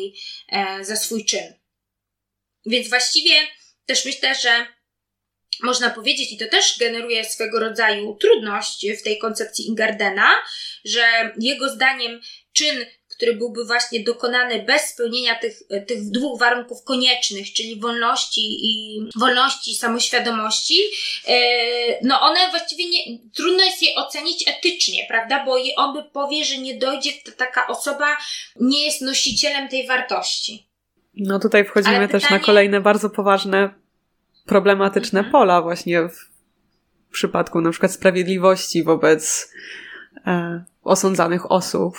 S2: swój czyn. Więc właściwie też myślę, że można powiedzieć, i to też generuje swego rodzaju trudność w tej koncepcji Ingardena, że jego zdaniem czyn, który byłby właśnie dokonany bez spełnienia tych dwóch warunków koniecznych, czyli wolności i samoświadomości, one właściwie trudno jest je ocenić etycznie, prawda? Bo on by powie, że nie dojdzie, taka osoba nie jest nosicielem tej wartości.
S3: No tutaj wchodzimy też na kolejne bardzo poważne problematyczne pola właśnie w przypadku na przykład sprawiedliwości wobec osądzanych osób.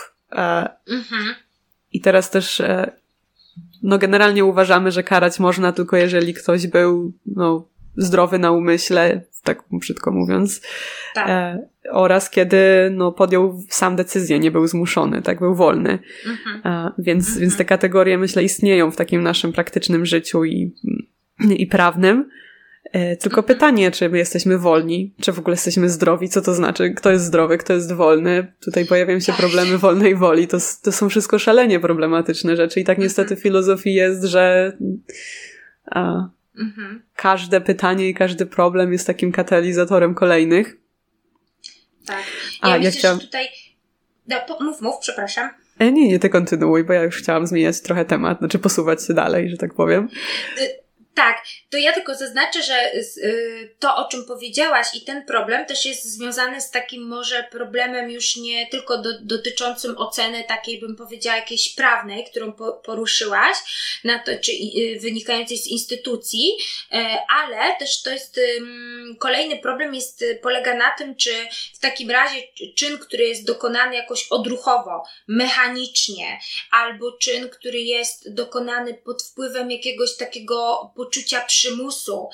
S3: I teraz też generalnie uważamy, że karać można tylko jeżeli ktoś był zdrowy na umyśle, tak brzydko mówiąc, oraz kiedy podjął sam decyzję, nie był zmuszony, tak, był wolny. Więc te kategorie, myślę, istnieją w takim naszym praktycznym życiu i prawnym. Tylko pytanie, czy my jesteśmy wolni, czy w ogóle jesteśmy zdrowi, co to znaczy, kto jest zdrowy, kto jest wolny. Tutaj pojawiają się problemy wolnej woli. To są wszystko szalenie problematyczne rzeczy i tak niestety w filozofii jest, że każde pytanie i każdy problem jest takim katalizatorem kolejnych.
S2: Tak. Ja myślę, że tutaj... Mów, przepraszam.
S3: Nie, ty kontynuuj, bo ja już chciałam zmieniać trochę temat, znaczy posuwać się dalej, że tak powiem.
S2: Tak, to ja tylko zaznaczę, że to, o czym powiedziałaś i ten problem też jest związany z takim może problemem już nie tylko dotyczącym oceny takiej, bym powiedziała, jakiejś prawnej, którą poruszyłaś, czy wynikającej z instytucji, ale też to jest kolejny problem polega na tym, czy w takim razie czyn, który jest dokonany jakoś odruchowo, mechanicznie, albo czyn, który jest dokonany pod wpływem jakiegoś takiego poczucia przymusu,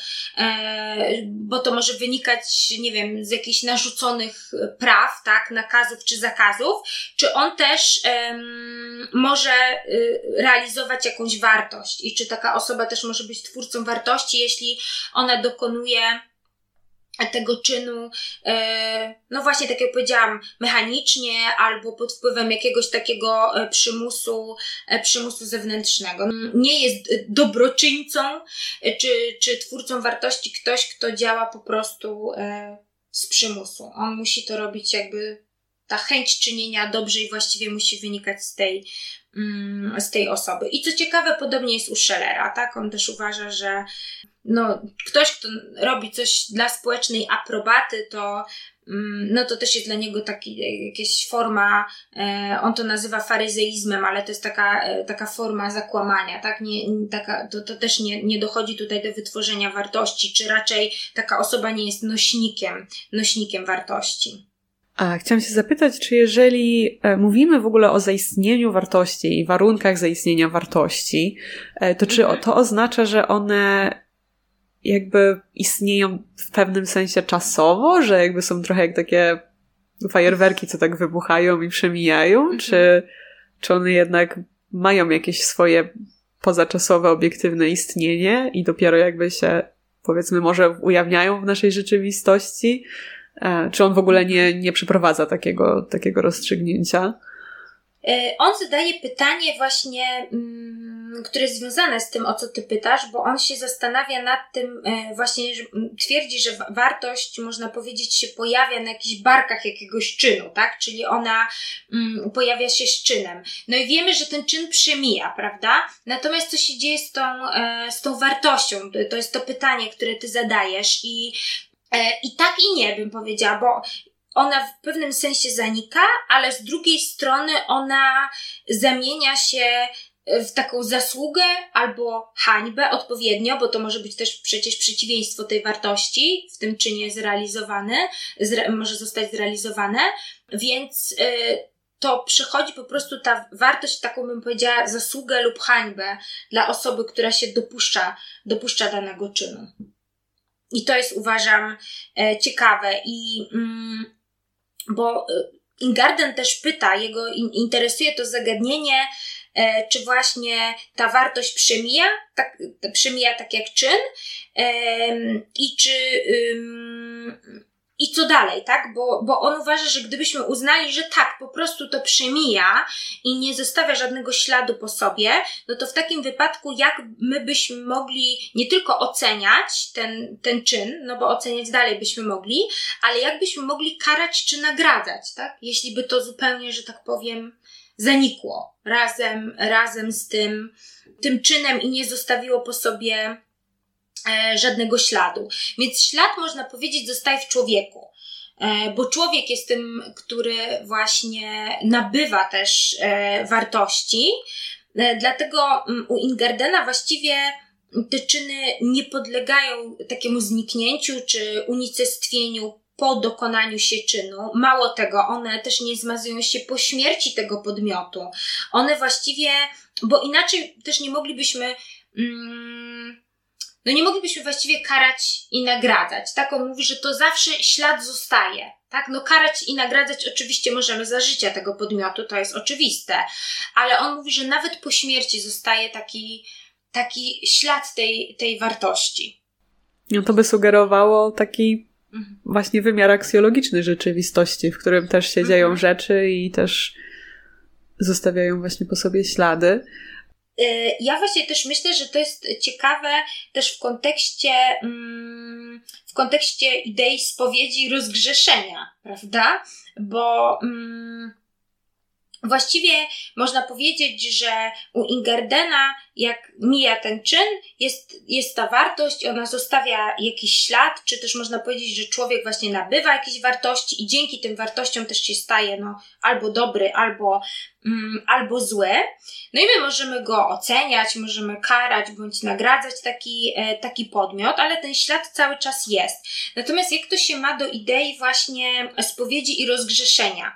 S2: bo to może wynikać, nie wiem, z jakichś narzuconych praw, tak, nakazów czy zakazów, czy on też może realizować jakąś wartość i czy taka osoba też może być twórcą wartości, jeśli ona dokonuje tego czynu, właśnie tak jak powiedziałam, mechanicznie albo pod wpływem jakiegoś takiego przymusu zewnętrznego. Nie jest dobroczyńcą czy twórcą wartości ktoś, kto działa po prostu z przymusu. On musi to robić jakby, ta chęć czynienia dobrze i właściwie musi wynikać z tej osoby. I co ciekawe, podobnie jest u Schellera, tak? On też uważa, że ktoś, kto robi coś dla społecznej aprobaty, to też jest dla niego jakaś forma, on to nazywa faryzeizmem, ale to jest taka forma zakłamania, tak? To też nie dochodzi tutaj do wytworzenia wartości, czy raczej taka osoba nie jest nośnikiem wartości.
S3: A chciałam się zapytać, czy jeżeli mówimy w ogóle o zaistnieniu wartości i warunkach zaistnienia wartości, to czy to oznacza, że one jakby istnieją w pewnym sensie czasowo, że jakby są trochę jak takie fajerwerki, co tak wybuchają i przemijają, czy one jednak mają jakieś swoje pozaczasowe, obiektywne istnienie i dopiero jakby się, powiedzmy, może ujawniają w naszej rzeczywistości, czy on w ogóle nie przeprowadza takiego rozstrzygnięcia?
S2: On zadaje pytanie właśnie, które jest związane z tym, o co ty pytasz, bo on się zastanawia nad tym właśnie, że twierdzi, że wartość, można powiedzieć, się pojawia na jakichś barkach jakiegoś czynu, tak? Czyli ona pojawia się z czynem. No i wiemy, że ten czyn przemija, prawda? Natomiast co się dzieje z tą wartością? To jest to pytanie, które ty zadajesz i tak i nie, bym powiedziała, bo ona w pewnym sensie zanika, ale z drugiej strony ona zamienia się w taką zasługę albo hańbę odpowiednio, bo to może być też przecież przeciwieństwo tej wartości w tym czynie zrealizowany, może zostać zrealizowane, więc to przychodzi po prostu ta wartość, taką bym powiedziała, zasługę lub hańbę dla osoby, która się dopuszcza danego czynu. I to jest, uważam, ciekawe bo Ingarden też pyta, jego interesuje to zagadnienie, czy właśnie ta wartość przemija tak jak czyn i co dalej, tak? Bo on uważa, że gdybyśmy uznali, że tak, po prostu to przemija i nie zostawia żadnego śladu po sobie, no to w takim wypadku jak my byśmy mogli nie tylko oceniać ten czyn, no bo oceniać dalej byśmy mogli, ale jak byśmy mogli karać czy nagradzać, tak? Jeśli by to zupełnie, że tak powiem, zanikło razem z tym czynem i nie zostawiło po sobie żadnego śladu. Więc ślad, można powiedzieć, zostaje w człowieku, bo człowiek jest tym, który właśnie nabywa też wartości. Dlatego u Ingardena właściwie te czyny nie podlegają takiemu zniknięciu czy unicestwieniu po dokonaniu się czynu. Mało tego, one też nie zmazują się po śmierci tego podmiotu. One właściwie, bo inaczej też nie moglibyśmy właściwie karać i nagradzać. Tak, on mówi, że to zawsze ślad zostaje. Tak, no karać i nagradzać oczywiście możemy za życia tego podmiotu, to jest oczywiste, ale on mówi, że nawet po śmierci zostaje taki ślad tej wartości.
S3: No to by sugerowało taki właśnie wymiar aksjologiczny rzeczywistości, w którym też się dzieją rzeczy i też zostawiają właśnie po sobie ślady.
S2: Ja właśnie też myślę, że to jest ciekawe też w kontekście idei spowiedzi i rozgrzeszenia, prawda? Bo właściwie można powiedzieć, że u Ingardena, jak mija ten czyn, jest ta wartość, ona zostawia jakiś ślad, czy też można powiedzieć, że człowiek właśnie nabywa jakieś wartości i dzięki tym wartościom też się staje albo dobry, albo zły. No i my możemy go oceniać, możemy karać bądź nagradzać taki podmiot, ale ten ślad cały czas jest. Natomiast jak to się ma do idei właśnie spowiedzi i rozgrzeszenia?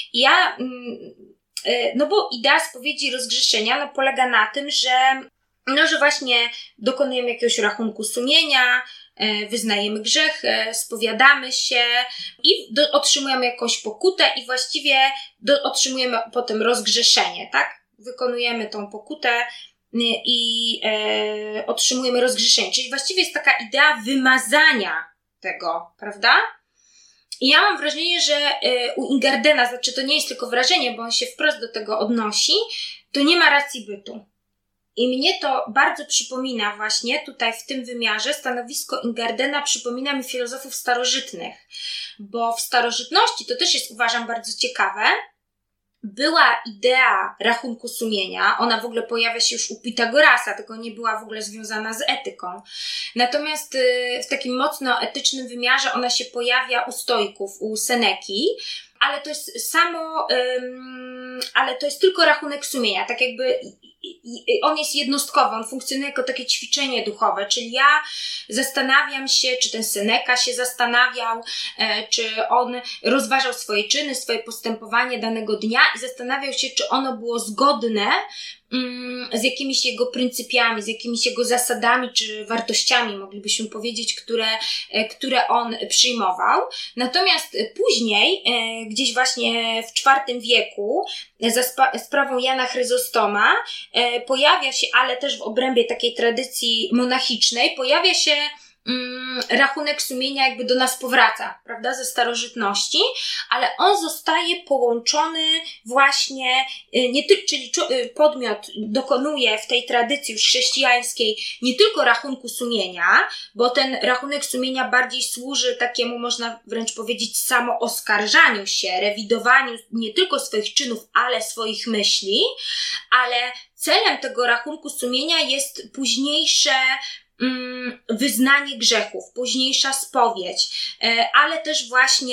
S2: Bo idea spowiedzi i rozgrzeszenia polega na tym, że właśnie dokonujemy jakiegoś rachunku sumienia, wyznajemy grzech, spowiadamy się i otrzymujemy jakąś pokutę i właściwie otrzymujemy potem rozgrzeszenie, tak? Wykonujemy tą pokutę i otrzymujemy rozgrzeszenie. Czyli właściwie jest taka idea wymazania tego, prawda? I ja mam wrażenie, że u Ingardena, znaczy to nie jest tylko wrażenie, bo on się wprost do tego odnosi, to nie ma racji bytu. I mnie to bardzo przypomina właśnie tutaj w tym wymiarze stanowisko Ingardena przypomina mi filozofów starożytnych, bo w starożytności, to też jest uważam bardzo ciekawe, była idea rachunku sumienia, ona w ogóle pojawia się już u Pitagorasa, tylko nie była w ogóle związana z etyką. Natomiast w takim mocno etycznym wymiarze ona się pojawia u stoików, u Seneki, ale to jest ale to jest tylko rachunek sumienia, tak jakby on jest jednostkowy, on funkcjonuje jako takie ćwiczenie duchowe, czyli ja zastanawiam się, czy ten Seneca się zastanawiał, czy on rozważał swoje czyny, swoje postępowanie danego dnia i zastanawiał się, czy ono było zgodne z jakimiś jego pryncypiami, z jakimiś jego zasadami czy wartościami, moglibyśmy powiedzieć, które on przyjmował. Natomiast później, gdzieś właśnie w IV wieku, za sprawą Jana Chryzostoma, pojawia się, ale też w obrębie takiej tradycji monachicznej, pojawia się rachunek sumienia jakby do nas powraca, prawda, ze starożytności, ale on zostaje połączony właśnie, czyli podmiot dokonuje w tej tradycji już chrześcijańskiej nie tylko rachunku sumienia, bo ten rachunek sumienia bardziej służy takiemu, można wręcz powiedzieć, samooskarżaniu się, rewidowaniu nie tylko swoich czynów, ale swoich myśli, ale celem tego rachunku sumienia jest późniejsze wyznanie grzechów, późniejsza spowiedź, ale też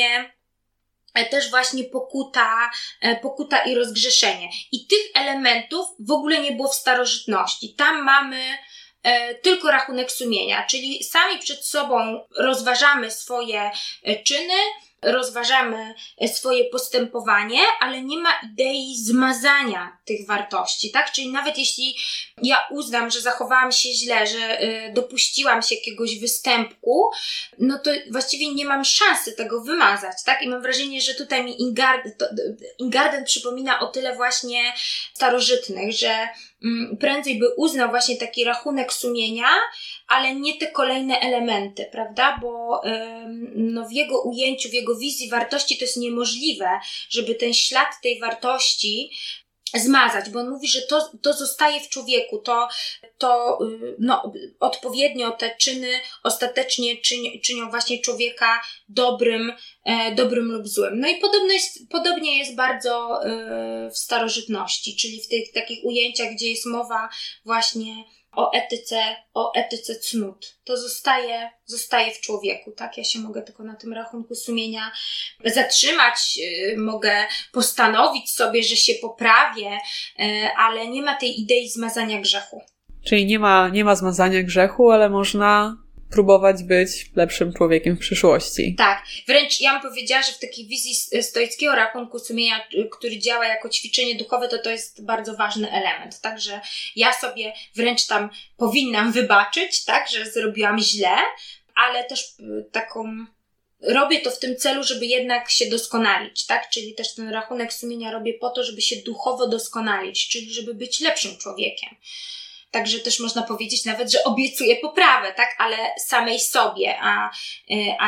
S2: właśnie pokuta i rozgrzeszenie. I tych elementów w ogóle nie było w starożytności. Tam mamy tylko rachunek sumienia, czyli sami przed sobą rozważamy swoje czyny, rozważamy swoje postępowanie, ale nie ma idei zmazania tych wartości, tak? Czyli nawet jeśli ja uznam, że zachowałam się źle, że dopuściłam się jakiegoś występku, no to właściwie nie mam szansy tego wymazać, tak? I mam wrażenie, że tutaj mi Ingarden przypomina o tyle właśnie starożytnych, że prędzej by uznał właśnie taki rachunek sumienia, ale nie te kolejne elementy, prawda? Bo w jego ujęciu, w jego wizji wartości to jest niemożliwe, żeby ten ślad tej wartości zmazać, bo on mówi, że to zostaje w człowieku, odpowiednio te czyny ostatecznie czynią właśnie człowieka dobrym lub złym. No i podobnie jest bardzo w starożytności, czyli w tych takich ujęciach, gdzie jest mowa właśnie o etyce cnót. To zostaje w człowieku, tak? Ja się mogę tylko na tym rachunku sumienia zatrzymać, mogę postanowić sobie, że się poprawię, ale nie ma tej idei zmazania grzechu.
S3: Czyli nie ma zmazania grzechu, ale można próbować być lepszym człowiekiem w przyszłości.
S2: Tak, wręcz ja bym powiedziała, że w takiej wizji stoickiego rachunku sumienia, który działa jako ćwiczenie duchowe, to jest bardzo ważny element, także ja sobie wręcz tam powinnam wybaczyć, tak, że zrobiłam źle, ale też robię to w tym celu, żeby jednak się doskonalić, tak, czyli też ten rachunek sumienia robię po to, żeby się duchowo doskonalić, czyli żeby być lepszym człowiekiem. Także też można powiedzieć nawet, że obiecuję poprawę, tak, ale samej sobie, a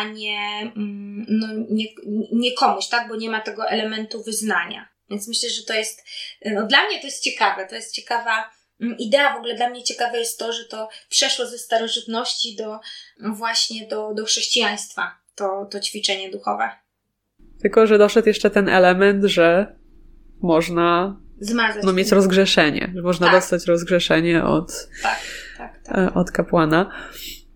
S2: nie komuś, tak, bo nie ma tego elementu wyznania. Więc myślę, że to jest, dla mnie to jest ciekawe, to jest ciekawa idea, w ogóle dla mnie ciekawe jest to, że to przeszło ze starożytności do chrześcijaństwa, to ćwiczenie duchowe.
S3: Tylko, że doszedł jeszcze ten element, że można
S2: zmazać.
S3: Mieć rozgrzeszenie, że można dostać rozgrzeszenie od kapłana.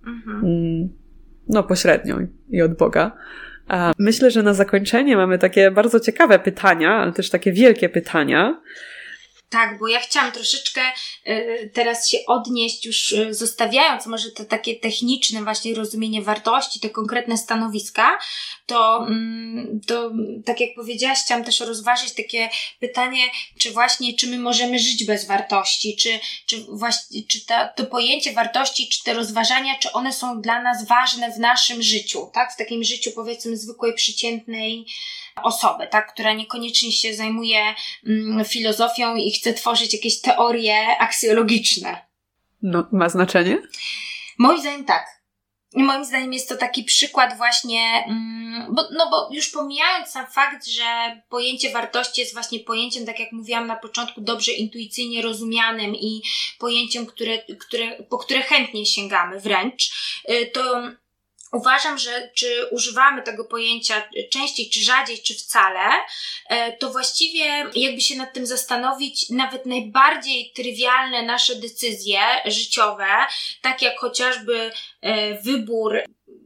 S3: Pośrednio i od Boga. Myślę, że na zakończenie mamy takie bardzo ciekawe pytania, ale też takie wielkie pytania.
S2: Tak, bo ja chciałam troszeczkę teraz się odnieść, już zostawiając może to takie techniczne właśnie rozumienie wartości, te konkretne stanowiska, to tak jak powiedziałaś, chciałam też rozważyć takie pytanie, czy my możemy żyć bez wartości, czy to pojęcie wartości, czy te rozważania, czy one są dla nas ważne w naszym życiu, tak? W takim życiu, powiedzmy, zwykłej, przeciętnej osoby, tak, która niekoniecznie się zajmuje filozofią i chce tworzyć jakieś teorie aksjologiczne.
S3: No, ma znaczenie?
S2: Moim zdaniem tak. Moim zdaniem jest to taki przykład właśnie, bo już pomijając sam fakt, że pojęcie wartości jest właśnie pojęciem, tak jak mówiłam na początku, dobrze intuicyjnie rozumianym i pojęciem, po które chętnie sięgamy wręcz, to uważam, że czy używamy tego pojęcia częściej, czy rzadziej, czy wcale, to właściwie jakby się nad tym zastanowić, nawet najbardziej trywialne nasze decyzje życiowe, tak jak chociażby wybór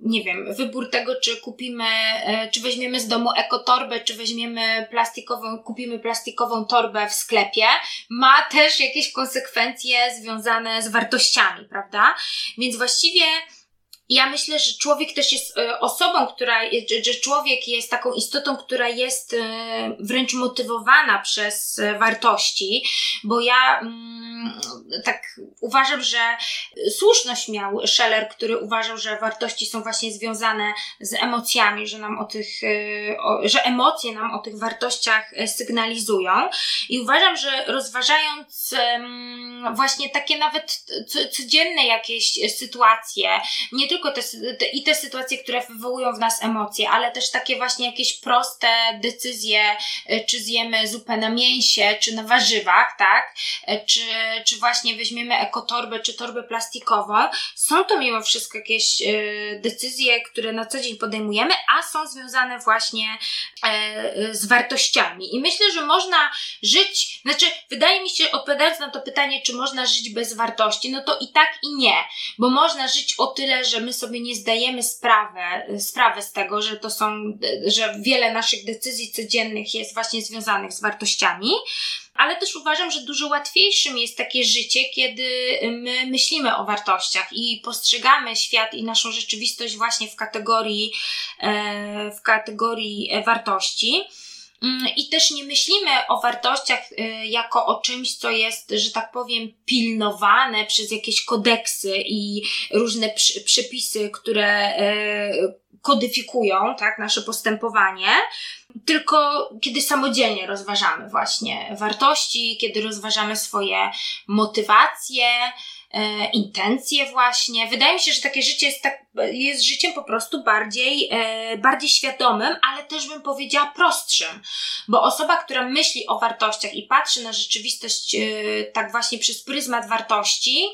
S2: nie wiem, wybór tego, czy weźmiemy z domu ekotorbę, czy kupimy plastikową torbę w sklepie, ma też jakieś konsekwencje związane z wartościami, prawda? Więc właściwie ja myślę, że człowiek też jest osobą, że człowiek jest taką istotą, która jest wręcz motywowana przez wartości, bo ja tak uważam, że słuszność miał Scheller, który uważał, że wartości są właśnie związane z emocjami, że emocje nam o tych wartościach sygnalizują i uważam, że rozważając właśnie takie nawet codzienne jakieś sytuacje, nie tylko te sytuacje, które wywołują w nas emocje, ale też takie właśnie jakieś proste decyzje, czy zjemy zupę na mięsie, czy na warzywach, tak? Czy właśnie weźmiemy ekotorbę, czy torbę plastikową. Są to mimo wszystko jakieś decyzje, które na co dzień podejmujemy, a są związane właśnie z wartościami. I myślę, że można żyć, wydaje mi się, odpowiadając na to pytanie, czy można żyć bez wartości, no to i tak i nie, bo można żyć o tyle, że my sobie nie zdajemy sprawy z tego, że wiele naszych decyzji codziennych jest właśnie związanych z wartościami, ale też uważam, że dużo łatwiejszym jest takie życie, kiedy my myślimy o wartościach i postrzegamy świat i naszą rzeczywistość właśnie w kategorii wartości. I też nie myślimy o wartościach jako o czymś, co jest, że tak powiem, pilnowane przez jakieś kodeksy i różne przepisy, które kodyfikują, tak, nasze postępowanie, tylko kiedy samodzielnie rozważamy właśnie wartości, kiedy rozważamy swoje motywacje, intencje właśnie. Wydaje mi się, że takie życie jest życiem po prostu bardziej świadomym, ale też bym powiedziała prostszym, bo osoba, która myśli o wartościach i patrzy na rzeczywistość tak właśnie przez pryzmat wartości,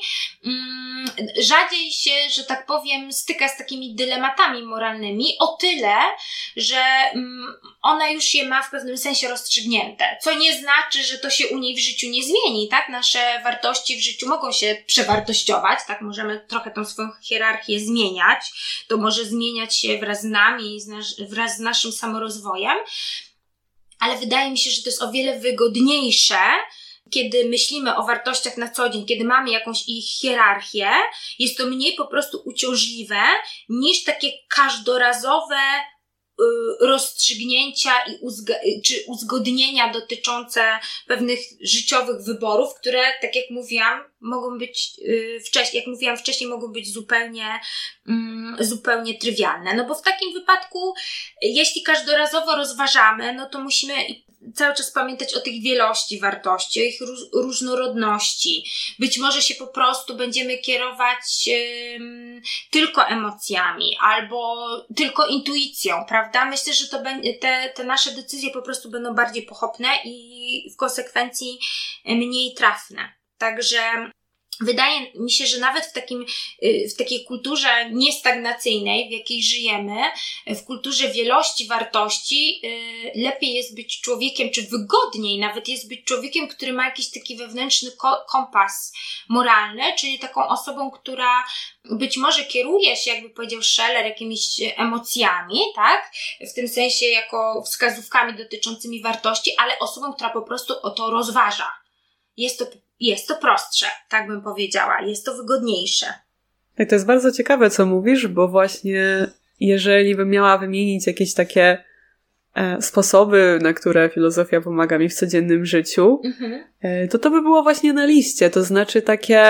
S2: rzadziej się, że tak powiem, styka z takimi dylematami moralnymi o tyle, że ona już je ma w pewnym sensie rozstrzygnięte, co nie znaczy, że to się u niej w życiu nie zmieni, tak? Nasze wartości w życiu mogą się przewartościować, tak? Możemy trochę tą swoją hierarchię zmieniać, to może zmieniać się wraz z nami, wraz z naszym samorozwojem, ale wydaje mi się, że to jest o wiele wygodniejsze, kiedy myślimy o wartościach na co dzień, kiedy mamy jakąś ich hierarchię, jest to mniej po prostu uciążliwe niż takie każdorazowe rozstrzygnięcia czy uzgodnienia dotyczące pewnych życiowych wyborów, które, tak jak mówiłam, mogą być wcześniej, mogą być zupełnie trywialne. No bo w takim wypadku, jeśli każdorazowo rozważamy, no to musimy cały czas pamiętać o tych wielości wartości, o ich różnorodności. Być może się po prostu będziemy kierować tylko emocjami albo tylko intuicją, prawda? Myślę, że te nasze decyzje po prostu będą bardziej pochopne i w konsekwencji mniej trafne. Także wydaje mi się, że nawet w takiej kulturze niestagnacyjnej, w jakiej żyjemy, w kulturze wielości wartości, lepiej jest być człowiekiem, czy wygodniej nawet jest być człowiekiem, który ma jakiś taki wewnętrzny kompas moralny, czyli taką osobą, która być może kieruje się, jakby powiedział Scheller, jakimiś emocjami, tak? W tym sensie jako wskazówkami dotyczącymi wartości, ale osobą, która po prostu o to rozważa. Jest to prostsze, tak bym powiedziała. Jest to wygodniejsze.
S3: Tak, to jest bardzo ciekawe, co mówisz, bo właśnie jeżeli bym miała wymienić jakieś takie sposoby, na które filozofia pomaga mi w codziennym życiu, to by było właśnie na liście. To znaczy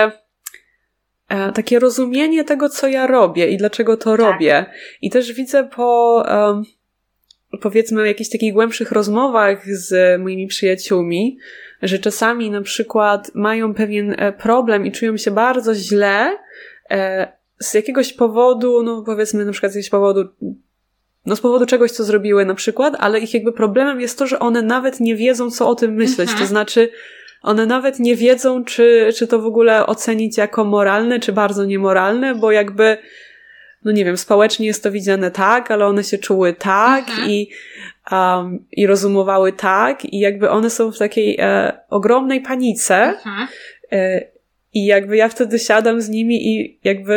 S3: takie rozumienie tego, co ja robię i dlaczego to robię. I też widzę powiedzmy jakichś takich głębszych rozmowach z moimi przyjaciółmi, że czasami na przykład mają pewien problem i czują się bardzo źle z jakiegoś powodu, no powiedzmy na przykład z jakiegoś powodu, no z powodu czegoś, co zrobiły na przykład, ale ich jakby problemem jest to, że one nawet nie wiedzą, co o tym myśleć. To znaczy one nawet nie wiedzą, czy to w ogóle ocenić jako moralne, czy bardzo niemoralne, bo jakby no nie wiem, społecznie jest to widziane tak, ale one się czuły tak i rozumowały tak i jakby one są w takiej ogromnej panice I jakby ja wtedy siadam z nimi i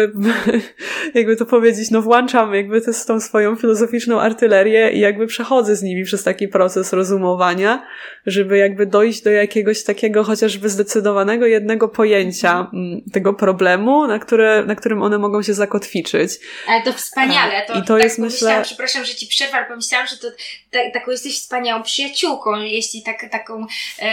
S3: jakby to powiedzieć, włączam jakby tą swoją filozoficzną artylerię i jakby przechodzę z nimi przez taki proces rozumowania, żeby jakby dojść do jakiegoś takiego chociażby zdecydowanego jednego pojęcia tego problemu, na którym one mogą się zakotwiczyć.
S2: Ale to wspaniale.
S3: I to
S2: tak
S3: jest, myślę...
S2: Przepraszam, że ci przerwę, ale pomyślałam, że to taką jesteś wspaniałą przyjaciółką, jeśli taką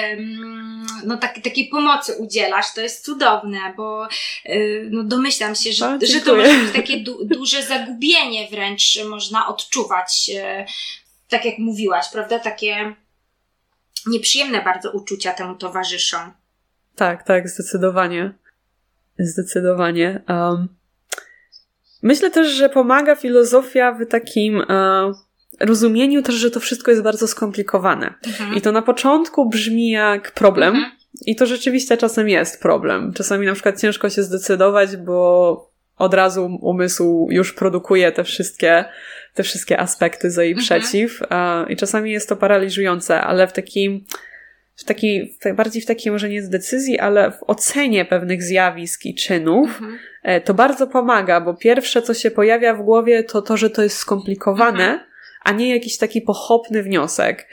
S2: takiej pomocy udzielasz. To jest cudowne, bo domyślam się, że to może być takie duże zagubienie wręcz można odczuwać, tak jak mówiłaś, prawda? Takie nieprzyjemne bardzo uczucia temu towarzyszą.
S3: Tak, zdecydowanie. Zdecydowanie. Myślę też, że pomaga filozofia w takim rozumieniu też, że to wszystko jest bardzo skomplikowane. I to na początku brzmi jak problem. I to rzeczywiście czasem jest problem. Czasami na przykład ciężko się zdecydować, bo od razu umysł już produkuje te wszystkie aspekty za i przeciw. I czasami jest to paraliżujące, ale bardziej w takiej może nie decyzji, ale w ocenie pewnych zjawisk i czynów to bardzo pomaga, bo pierwsze, co się pojawia w głowie, to, że to jest skomplikowane, a nie jakiś taki pochopny wniosek.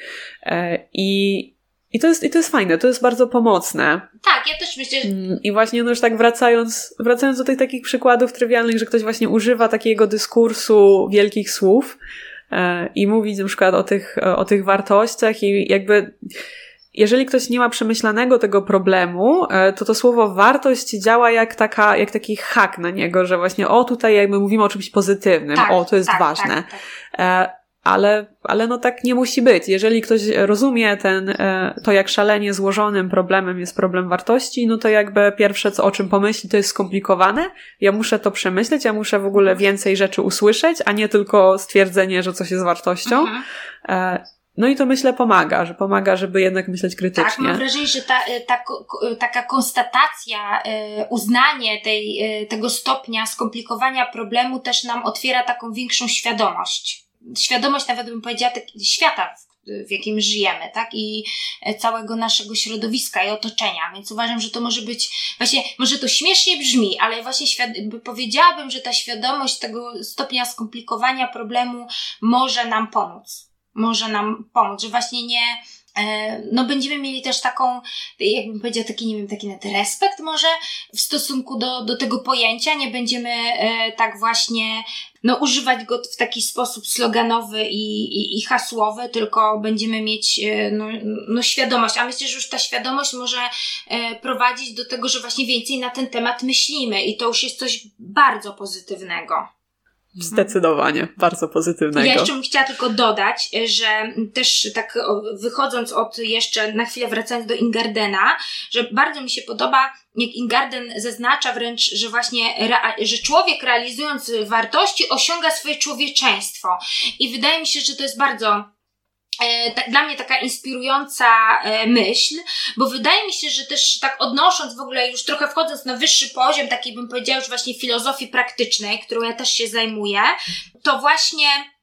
S3: I to jest fajne, to jest bardzo pomocne.
S2: Tak, ja też myślę, że...
S3: I właśnie już tak wracając do tych takich przykładów trywialnych, że ktoś właśnie używa takiego dyskursu wielkich słów i mówi na przykład o tych wartościach i jakby jeżeli ktoś nie ma przemyślanego tego problemu, to słowo wartość działa jak taki hak na niego, że właśnie tutaj jakby mówimy o czymś pozytywnym, to jest ważne. Tak. Ale tak nie musi być. Jeżeli ktoś rozumie to jak szalenie złożonym problemem jest problem wartości, to jakby pierwsze o czym pomyśli, to jest skomplikowane. Ja muszę to przemyśleć, ja muszę w ogóle więcej rzeczy usłyszeć, a nie tylko stwierdzenie, że coś jest wartością. I to myślę pomaga, żeby jednak myśleć krytycznie.
S2: Tak, mam wrażenie, że taka konstatacja, uznanie tego stopnia skomplikowania problemu też nam otwiera taką większą świadomość. Świadomość, nawet bym powiedziała, świata, w jakim żyjemy, tak? I całego naszego środowiska i otoczenia. Więc uważam, że to może być, właśnie, może to śmiesznie brzmi, ale właśnie powiedziałabym, że ta świadomość tego stopnia skomplikowania problemu może nam pomóc. Że właśnie będziemy mieli też taką, jakbym powiedziała, taki nawet respekt może w stosunku do tego pojęcia. Nie będziemy tak właśnie używać go w taki sposób sloganowy i hasłowy, tylko będziemy mieć świadomość. A myślę, że już ta świadomość może prowadzić do tego, że właśnie więcej na ten temat myślimy i to już jest coś bardzo pozytywnego.
S3: Zdecydowanie, bardzo pozytywnego.
S2: Ja jeszcze bym chciała tylko dodać, że też tak wychodząc jeszcze na chwilę wracając do Ingardena, że bardzo mi się podoba, jak Ingarden zaznacza wręcz, że właśnie, że człowiek realizując wartości osiąga swoje człowieczeństwo. I wydaje mi się, że to jest bardzo dla mnie taka inspirująca myśl, bo wydaje mi się, że też tak odnosząc w ogóle, już trochę wchodząc na wyższy poziom, takiej bym powiedziała już właśnie filozofii praktycznej, którą ja też się zajmuję, to właśnie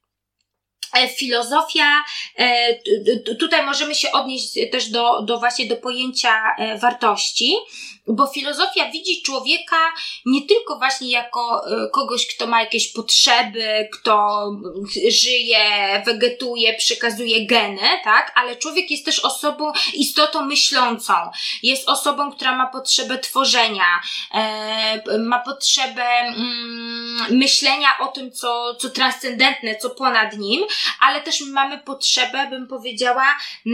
S2: filozofia, tutaj możemy się odnieść też do pojęcia wartości, bo filozofia widzi człowieka nie tylko właśnie jako kogoś, kto ma jakieś potrzeby, kto żyje, wegetuje, przekazuje geny, tak? Ale człowiek jest też istotą myślącą. Jest osobą, która ma potrzebę tworzenia, ma potrzebę myślenia o tym, co transcendentne, co ponad nim, ale też mamy potrzebę, bym powiedziała,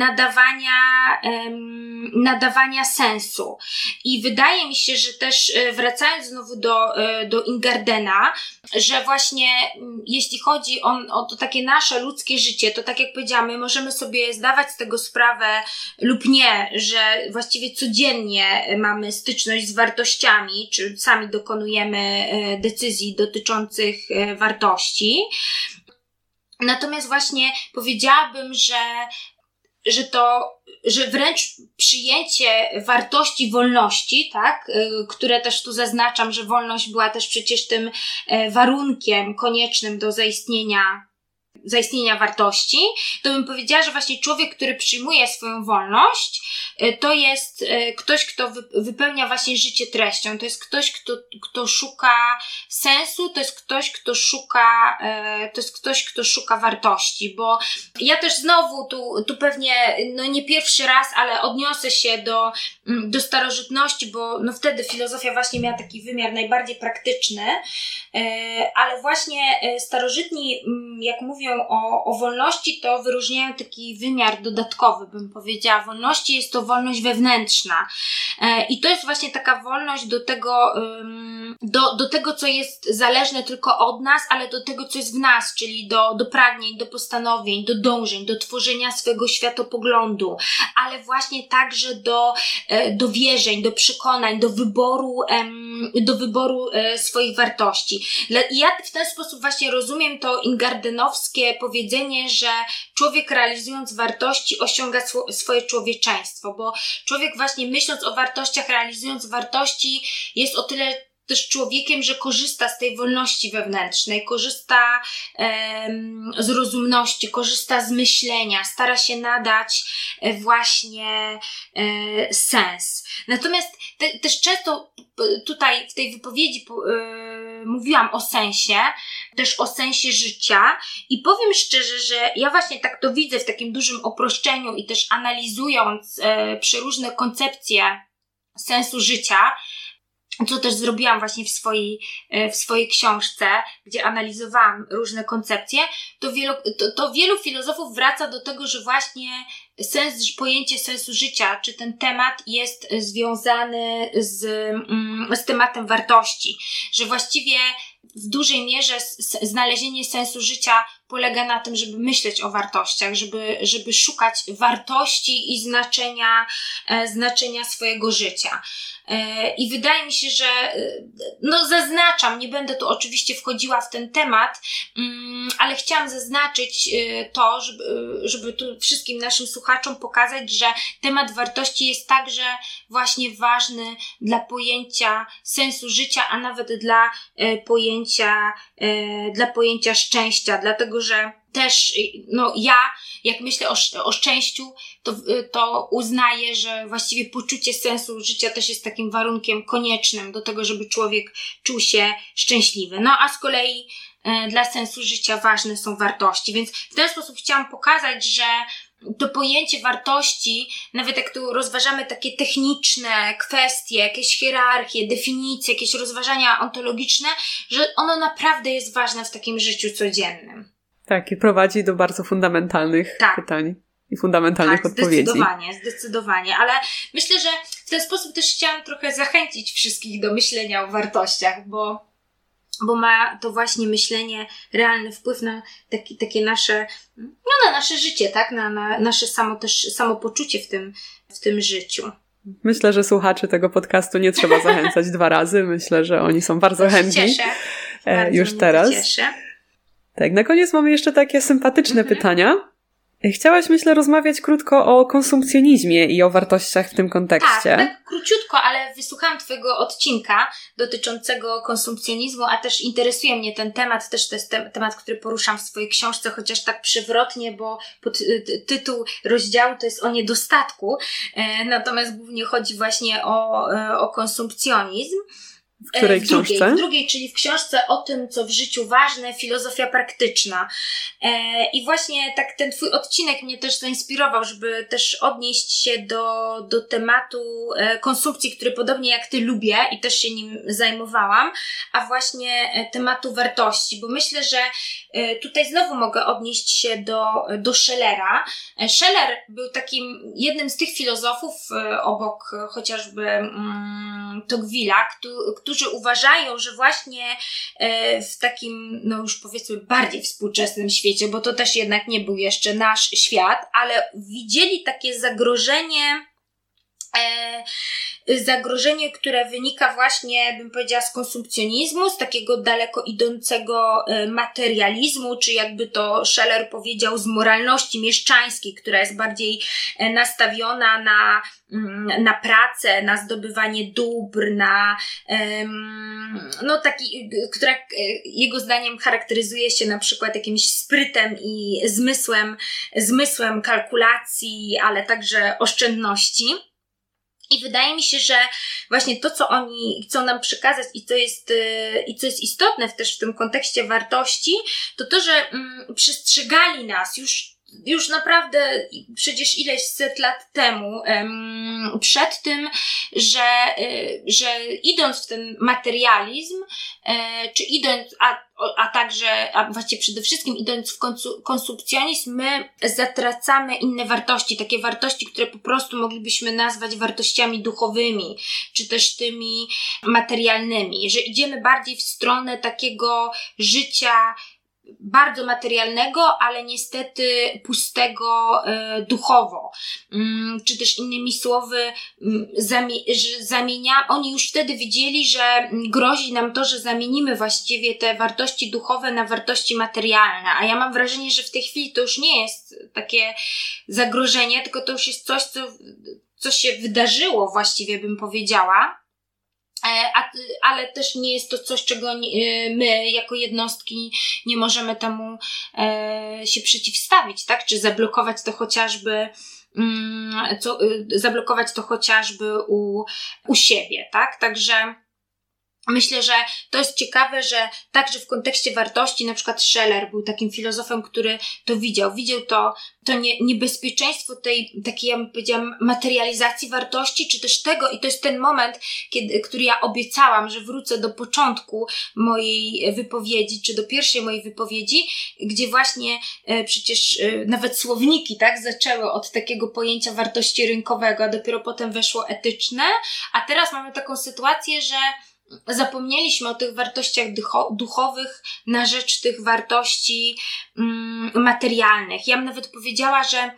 S2: nadawania sensu. I wydaje mi się, że też wracając znowu do Ingardena, że właśnie jeśli chodzi o to takie nasze ludzkie życie, to tak jak powiedziałam, my możemy sobie zdawać z tego sprawę lub nie, że właściwie codziennie mamy styczność z wartościami, czy sami dokonujemy decyzji dotyczących wartości. Natomiast właśnie powiedziałabym, że wręcz przyjęcie wartości wolności, tak, które też tu zaznaczam, że wolność była też przecież tym warunkiem koniecznym do zaistnienia zaistnienia wartości, to bym powiedziała, że właśnie człowiek, który przyjmuje swoją wolność, to jest ktoś, kto wypełnia właśnie życie treścią. To jest ktoś, kto szuka sensu, to jest ktoś, kto szuka wartości, bo ja też znowu tu pewnie, nie pierwszy raz, ale odniosę się do starożytności, bo wtedy filozofia właśnie miała taki wymiar najbardziej praktyczny, ale właśnie starożytni, jak mówią o wolności, to wyróżniają taki wymiar dodatkowy, bym powiedziała. Wolności jest to wolność wewnętrzna. I to jest właśnie taka wolność do tego, co jest zależne tylko od nas, ale do tego, co jest w nas, czyli do pragnień, do postanowień, do dążeń, do tworzenia swojego światopoglądu, ale właśnie także do wierzeń, do przekonań, do wyboru swoich wartości. I ja w ten sposób właśnie rozumiem to ingardenowskie powiedzenie, że człowiek realizując wartości osiąga swoje człowieczeństwo, bo człowiek właśnie myśląc o wartościach, realizując wartości jest o tyle też człowiekiem, że korzysta z tej wolności wewnętrznej, korzysta z rozumności, korzysta z myślenia, stara się nadać właśnie sens. Natomiast też często tutaj w tej wypowiedzi mówiłam o sensie, też o sensie życia i powiem szczerze, że ja właśnie tak to widzę w takim dużym uproszczeniu i też analizując przeróżne koncepcje sensu życia, co też zrobiłam właśnie w swojej książce, gdzie analizowałam różne koncepcje, to wielu filozofów wraca do tego, że właśnie pojęcie sensu życia, czy ten temat jest związany z tematem wartości, że właściwie w dużej mierze znalezienie sensu życia polega na tym, żeby myśleć o wartościach, żeby szukać wartości i znaczenia swojego życia. I wydaje mi się, że zaznaczam, nie będę tu oczywiście wchodziła w ten temat, ale chciałam zaznaczyć to, żeby tu wszystkim naszym słuchaczom pokazać, że temat wartości jest także właśnie ważny dla pojęcia sensu życia, a nawet dla pojęcia szczęścia, dlatego że też ja, jak myślę o szczęściu, to uznaję, że właściwie poczucie sensu życia też jest takim warunkiem koniecznym do tego, żeby człowiek czuł się szczęśliwy. A z kolei dla sensu życia ważne są wartości, więc w ten sposób chciałam pokazać, że to pojęcie wartości, nawet jak tu rozważamy takie techniczne kwestie, jakieś hierarchie, definicje, jakieś rozważania ontologiczne, że ono naprawdę jest ważne w takim życiu codziennym.
S3: Tak, i prowadzi do bardzo fundamentalnych pytań i fundamentalnych odpowiedzi.
S2: Zdecydowanie, ale myślę, że w ten sposób też chciałam trochę zachęcić wszystkich do myślenia o wartościach, bo ma to właśnie myślenie realny wpływ na takie nasze, na nasze życie, tak? Na nasze samopoczucie w tym życiu.
S3: Myślę, że słuchaczy tego podcastu nie trzeba zachęcać 2 razy. Myślę, że oni są bardzo chętni.
S2: Cieszę. Bardzo
S3: już teraz.
S2: Cieszę.
S3: Tak, na koniec mamy jeszcze takie sympatyczne pytania. Chciałaś, myślę, rozmawiać krótko o konsumpcjonizmie i o wartościach w tym kontekście.
S2: Tak króciutko, ale wysłuchałam Twojego odcinka dotyczącego konsumpcjonizmu, a też interesuje mnie ten temat, też to jest temat, który poruszam w swojej książce, chociaż tak przewrotnie, bo tytuł rozdziału to jest o niedostatku, natomiast głównie chodzi właśnie o konsumpcjonizm.
S3: W której książce?
S2: W drugiej, czyli w książce o tym, co w życiu ważne, filozofia praktyczna. I właśnie tak ten Twój odcinek mnie też zainspirował, żeby też odnieść się do tematu konsumpcji, który podobnie jak Ty lubię i też się nim zajmowałam, a właśnie tematu wartości, bo myślę, że tutaj znowu mogę odnieść się do Schellera. Scheller był takim jednym z tych filozofów obok chociażby Tocqueville'a, którzy uważają, że właśnie w takim, już powiedzmy bardziej współczesnym świecie, bo to też jednak nie był jeszcze nasz świat, ale widzieli takie zagrożenie zagrożenie, które wynika właśnie, bym powiedziała, z konsumpcjonizmu, z takiego daleko idącego materializmu, czy jakby to Scheler powiedział, z moralności mieszczańskiej, która jest bardziej nastawiona na pracę, na zdobywanie dóbr, która jego zdaniem charakteryzuje się na przykład jakimś sprytem i zmysłem kalkulacji, ale także oszczędności. I wydaje mi się, że właśnie to, co oni chcą nam przekazać i co jest istotne też w tym kontekście wartości, to, że przestrzegali nas już naprawdę przecież ileś set lat temu przed tym, że idąc w ten materializm, czy idąc, a właściwie przede wszystkim idąc w konsumpcjonizm, my zatracamy inne wartości, takie wartości, które po prostu moglibyśmy nazwać wartościami duchowymi, czy też tymi materialnymi, że idziemy bardziej w stronę takiego życia bardzo materialnego, ale niestety pustego duchowo. Czy też innymi słowy, oni już wtedy wiedzieli, że grozi nam to, że zamienimy właściwie te wartości duchowe na wartości materialne. A ja mam wrażenie, że w tej chwili to już nie jest takie zagrożenie, tylko to już jest coś, co się wydarzyło właściwie, bym powiedziała. Ale też nie jest to coś, czego my jako jednostki nie możemy temu się przeciwstawić, tak? Czy zablokować to chociażby u siebie, tak? Także myślę, że to jest ciekawe, że także w kontekście wartości, na przykład Scheler był takim filozofem, który to widział to niebezpieczeństwo tej, takiej, ja bym powiedziała, materializacji wartości, czy też tego, i to jest ten moment, który ja obiecałam, że wrócę do początku mojej wypowiedzi, czy do pierwszej mojej wypowiedzi, gdzie właśnie przecież nawet słowniki, tak, zaczęły od takiego pojęcia wartości rynkowego, a dopiero potem weszło etyczne, a teraz mamy taką sytuację, że zapomnieliśmy o tych wartościach duchowych na rzecz tych wartości materialnych. Ja bym nawet powiedziała, że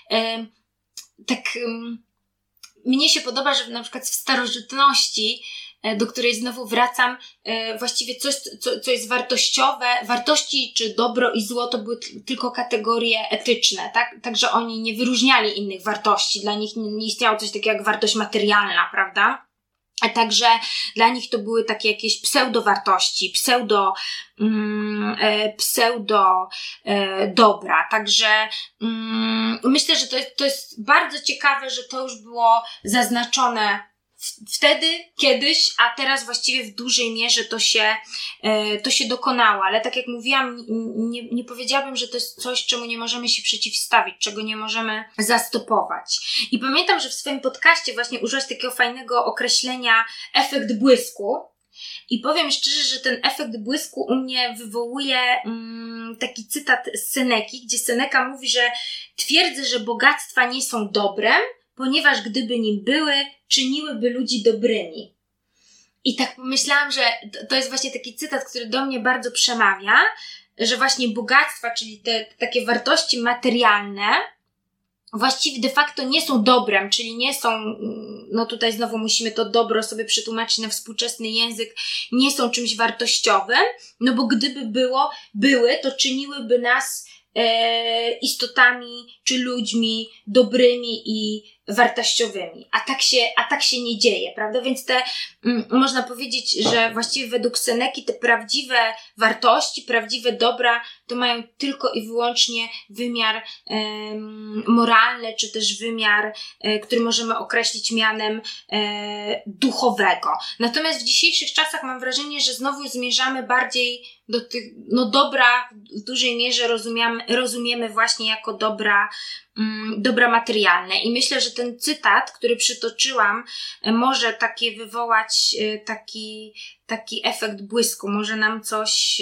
S2: mnie się podoba, że na przykład w starożytności, do której znowu wracam, właściwie coś, co jest wartościowe, wartości czy dobro i zło to były tylko kategorie etyczne, tak? Także oni nie wyróżniali innych wartości. Dla nich nie istniało coś takiego jak wartość materialna, prawda? A także dla nich to były takie jakieś pseudowartości, dobra. Także myślę, że to jest bardzo ciekawe, że to już było zaznaczone wtedy, kiedyś, a teraz właściwie w dużej mierze to się dokonało. Ale tak jak mówiłam, nie powiedziałabym, że to jest coś, czemu nie możemy się przeciwstawić, czego nie możemy zastopować. I pamiętam, że w swoim podcaście właśnie użyłaś takiego fajnego określenia efekt błysku. I powiem szczerze, że ten efekt błysku u mnie wywołuje taki cytat z Seneki, gdzie Seneka mówi, że twierdzę, że bogactwa nie są dobrem, ponieważ gdyby nim były, czyniłyby ludzi dobrymi. I tak pomyślałam, że to jest właśnie taki cytat, który do mnie bardzo przemawia, że właśnie bogactwa, czyli te takie wartości materialne, właściwie de facto nie są dobrem, czyli nie są, no tutaj znowu musimy to dobro sobie przetłumaczyć na współczesny język, nie są czymś wartościowym, no bo gdyby były, to czyniłyby nas istotami czy ludźmi dobrymi i wartościowymi. A tak się nie dzieje, prawda? Więc można powiedzieć, że właściwie według Seneki te prawdziwe wartości, prawdziwe dobra to mają tylko i wyłącznie wymiar moralny, czy też wymiar, który możemy określić mianem duchowego. Natomiast w dzisiejszych czasach mam wrażenie, że znowu zmierzamy bardziej do tych, dobra w dużej mierze rozumiemy właśnie jako dobra materialne. I myślę, że ten cytat, który przytoczyłam, może takie wywołać taki efekt błysku, może nam coś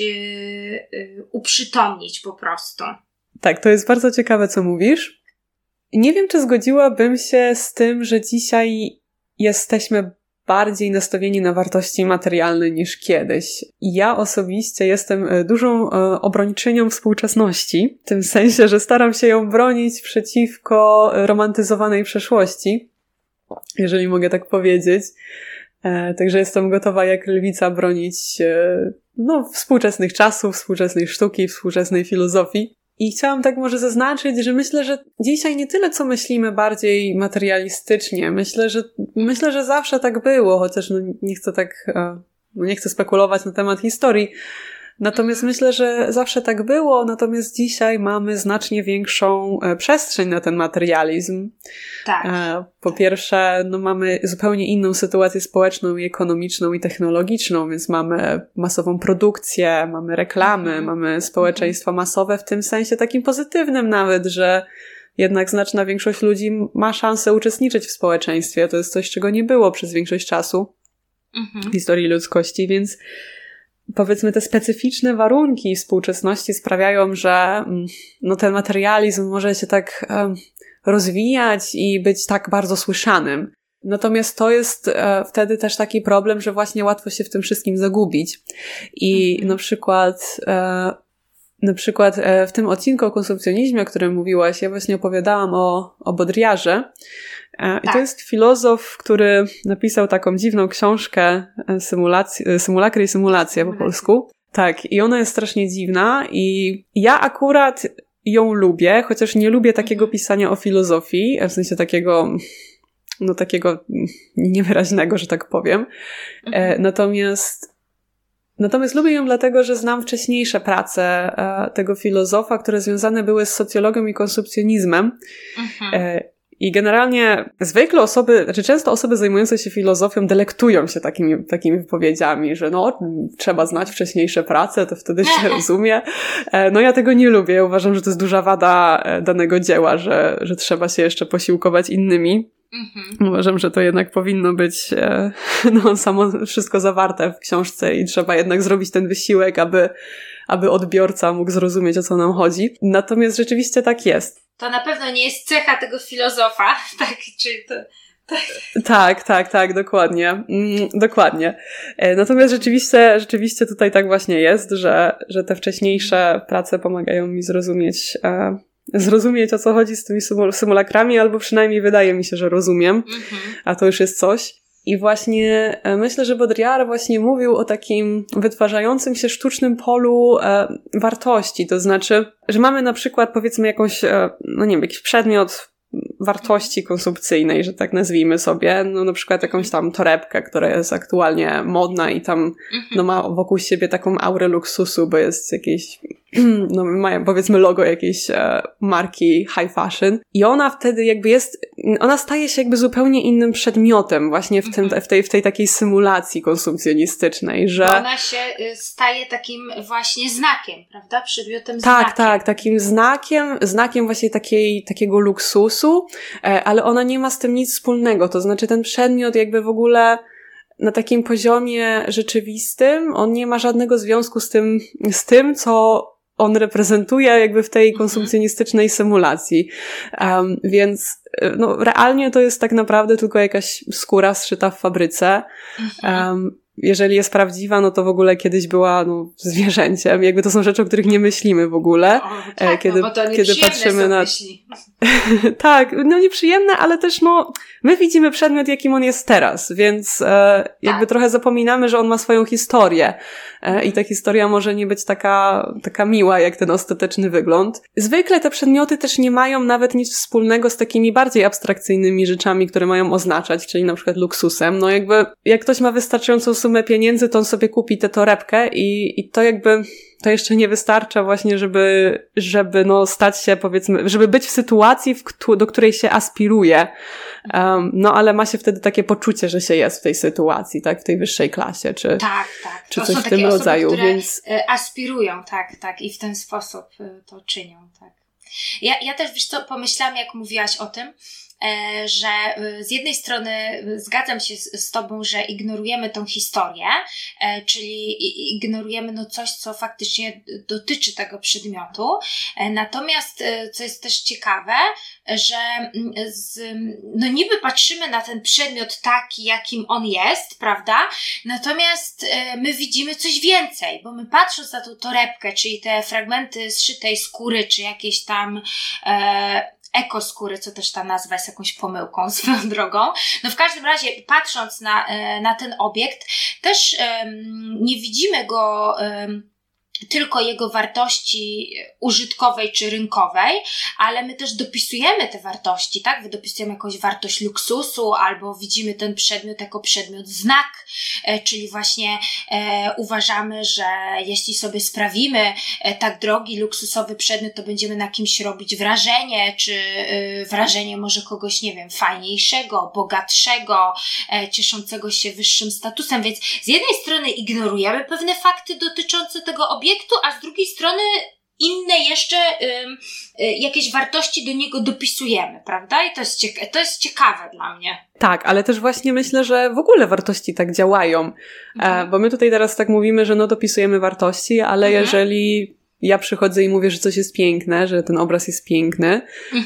S2: uprzytomnić po prostu.
S3: Tak, to jest bardzo ciekawe, co mówisz. Nie wiem, czy zgodziłabym się z tym, że dzisiaj jesteśmy bardziej nastawieni na wartości materialne niż kiedyś. Ja osobiście jestem dużą obrończynią współczesności, w tym sensie, że staram się ją bronić przeciwko romantyzowanej przeszłości. jeżeli mogę tak powiedzieć. Także jestem gotowa jak lwica bronić współczesnych czasów, współczesnej sztuki, współczesnej filozofii. I chciałam tak może zaznaczyć, że myślę, że dzisiaj nie tyle co myślimy bardziej materialistycznie. Myślę, że zawsze tak było, chociaż nie chcę spekulować na temat historii. Natomiast myślę, że zawsze tak było, natomiast dzisiaj mamy znacznie większą przestrzeń na ten materializm.
S2: Tak.
S3: Po pierwsze, mamy zupełnie inną sytuację społeczną i ekonomiczną i technologiczną, więc mamy masową produkcję, mamy reklamy, mamy społeczeństwo masowe w tym sensie takim pozytywnym nawet, że jednak znaczna większość ludzi ma szansę uczestniczyć w społeczeństwie. To jest coś, czego nie było przez większość czasu w historii ludzkości, więc powiedzmy te specyficzne warunki współczesności sprawiają, że ten materializm może się tak rozwijać i być tak bardzo słyszanym. Natomiast to jest wtedy też taki problem, że właśnie łatwo się w tym wszystkim zagubić. I na przykład w tym odcinku o konsumpcjonizmie, o którym mówiłaś, ja właśnie opowiadałam o Baudrillardzie. I to jest filozof, który napisał taką dziwną książkę Symulakry i symulacja po polsku. Tak, i ona jest strasznie dziwna i ja akurat ją lubię, chociaż nie lubię takiego pisania o filozofii, w sensie takiego niewyraźnego, że tak powiem. Natomiast lubię ją dlatego, że znam wcześniejsze prace tego filozofa, które związane były z socjologią i konsumpcjonizmem. I generalnie często osoby zajmujące się filozofią delektują się takimi wypowiedziami, że trzeba znać wcześniejsze prace, to wtedy się rozumie. Ja tego nie lubię. Ja uważam, że to jest duża wada danego dzieła, że trzeba się jeszcze posiłkować innymi. Uważam, że to jednak powinno być samo wszystko zawarte w książce i trzeba jednak zrobić ten wysiłek, aby odbiorca mógł zrozumieć, o co nam chodzi. Natomiast rzeczywiście tak jest.
S2: To na pewno nie jest cecha tego filozofa, tak? Czyli to...
S3: Tak, dokładnie. Dokładnie. Natomiast rzeczywiście tutaj tak właśnie jest, że te wcześniejsze prace pomagają mi zrozumieć, o co chodzi z tymi symulakrami, albo przynajmniej wydaje mi się, że rozumiem, a to już jest coś. I właśnie myślę, że Baudrillard właśnie mówił o takim wytwarzającym się sztucznym polu wartości, to znaczy, że mamy na przykład powiedzmy jakiś przedmiot wartości konsumpcyjnej, że tak nazwijmy sobie, na przykład jakąś tam torebkę, która jest aktualnie modna i tam ma wokół siebie taką aurę luksusu, bo jest jakieś mają powiedzmy logo jakiejś marki high fashion i ona wtedy ona staje się jakby zupełnie innym przedmiotem właśnie w tej takiej symulacji konsumpcjonistycznej, że...
S2: Ona się staje takim właśnie znakiem, prawda? Przedmiotem znakiem.
S3: Tak, takim znakiem właśnie takiego luksusu, ale ona nie ma z tym nic wspólnego, to znaczy ten przedmiot jakby w ogóle na takim poziomie rzeczywistym, on nie ma żadnego związku z tym, co on reprezentuje jakby w tej konsumpcjonistycznej symulacji. Więc realnie to jest tak naprawdę tylko jakaś skóra zszyta w fabryce. Jeżeli jest prawdziwa, to w ogóle kiedyś była zwierzęciem. Jakby to są rzeczy, o których nie myślimy w ogóle.
S2: Bo to kiedy patrzymy na myśli.
S3: Tak, nieprzyjemne, ale też my widzimy przedmiot, jakim on jest teraz, więc jakby trochę zapominamy, że on ma swoją historię i ta historia może nie być taka miła, jak ten ostateczny wygląd. Zwykle te przedmioty też nie mają nawet nic wspólnego z takimi bardziej abstrakcyjnymi rzeczami, które mają oznaczać, czyli na przykład luksusem. Jak ktoś ma wystarczającą sumę pieniędzy, to on sobie kupi tę torebkę i to to jeszcze nie wystarcza właśnie, żeby stać się, powiedzmy, żeby być w sytuacji, do której się aspiruje. Ale ma się wtedy takie poczucie, że się jest w tej sytuacji, tak, w tej wyższej klasie, czy coś w tym rodzaju.
S2: Osoby, więc aspirują, tak, i w ten sposób to czynią, tak. Ja też, wiesz co, pomyślałam, jak mówiłaś o tym, że z jednej strony zgadzam się z tobą, że ignorujemy tą historię, czyli ignorujemy coś, co faktycznie dotyczy tego przedmiotu. Natomiast, co jest też ciekawe, że niby patrzymy na ten przedmiot taki, jakim on jest, prawda? Natomiast my widzimy coś więcej, bo my patrząc na tą torebkę, czyli te fragmenty zszytej skóry, czy jakieś tam ekoskóry, co też ta nazwa jest jakąś pomyłką swoją drogą. No w każdym razie, patrząc na ten obiekt, też nie widzimy go tylko jego wartości użytkowej czy rynkowej, ale my też dopisujemy te wartości, tak? Dopisujemy jakąś wartość luksusu, albo widzimy ten przedmiot jako przedmiot znak, czyli właśnie uważamy, że jeśli sobie sprawimy tak drogi, luksusowy przedmiot, to będziemy na kimś robić wrażenie, czy wrażenie może kogoś, nie wiem, fajniejszego, bogatszego, cieszącego się wyższym statusem, więc z jednej strony ignorujemy pewne fakty dotyczące tego obiektu, a z drugiej strony inne jeszcze jakieś wartości do niego dopisujemy, prawda? I to jest ciekawe dla mnie.
S3: Tak, ale też właśnie myślę, że w ogóle wartości tak działają, bo my tutaj teraz tak mówimy, że no dopisujemy wartości, ale jeżeli ja przychodzę i mówię, że coś jest piękne, że ten obraz jest piękny,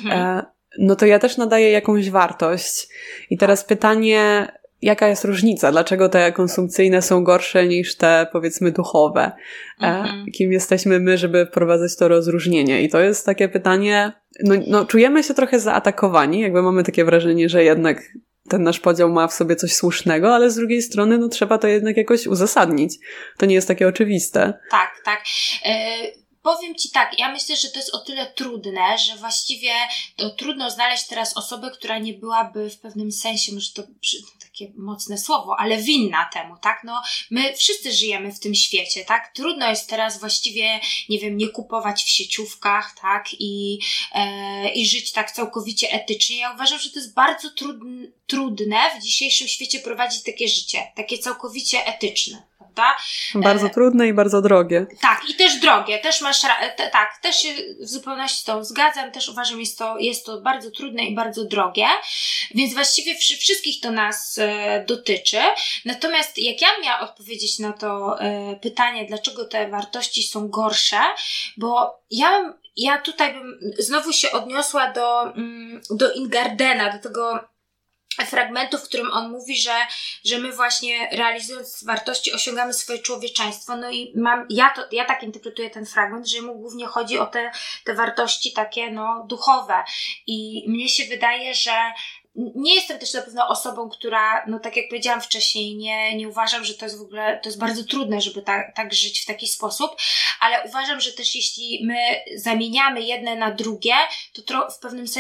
S3: no to ja też nadaję jakąś wartość. I teraz pytanie, jaka jest różnica? Dlaczego te konsumpcyjne są gorsze niż te, powiedzmy, duchowe? Kim jesteśmy my, żeby wprowadzać to rozróżnienie? I to jest takie pytanie, no czujemy się trochę zaatakowani, jakby mamy takie wrażenie, że jednak ten nasz podział ma w sobie coś słusznego, ale z drugiej strony, no trzeba to jednak jakoś uzasadnić. To nie jest takie oczywiste.
S2: Tak. Powiem Ci tak, ja myślę, że to jest o tyle trudne, że właściwie to trudno znaleźć teraz osobę, która nie byłaby w pewnym sensie, może to takie mocne słowo, ale winna temu, tak? No, my wszyscy żyjemy w tym świecie, tak? Trudno jest teraz właściwie, nie wiem, nie kupować w sieciówkach, tak? I żyć tak całkowicie etycznie. Ja uważam, że to jest bardzo trudne w dzisiejszym świecie prowadzić takie życie, takie całkowicie etyczne. Prawda?
S3: Bardzo trudne i bardzo drogie.
S2: Tak, i też drogie, też masz tak, też się w zupełności z tą zgadzam, też uważam, jest to bardzo trudne i bardzo drogie, więc właściwie wszystkich to nas dotyczy. Natomiast jak ja miałam odpowiedzieć na to pytanie, dlaczego te wartości są gorsze, bo ja tutaj bym znowu się odniosła do Ingardena, do tego fragmentu, w którym on mówi, że my właśnie realizując wartości osiągamy swoje człowieczeństwo. No i ja tak interpretuję ten fragment, że mu głównie chodzi o te wartości takie, no, duchowe. I mnie się wydaje, że nie jestem też na pewno osobą, która, no tak jak powiedziałam wcześniej, nie uważam, że to jest w ogóle, to jest bardzo trudne, żeby tak żyć w taki sposób, ale uważam, że też jeśli my zamieniamy jedne na drugie, to w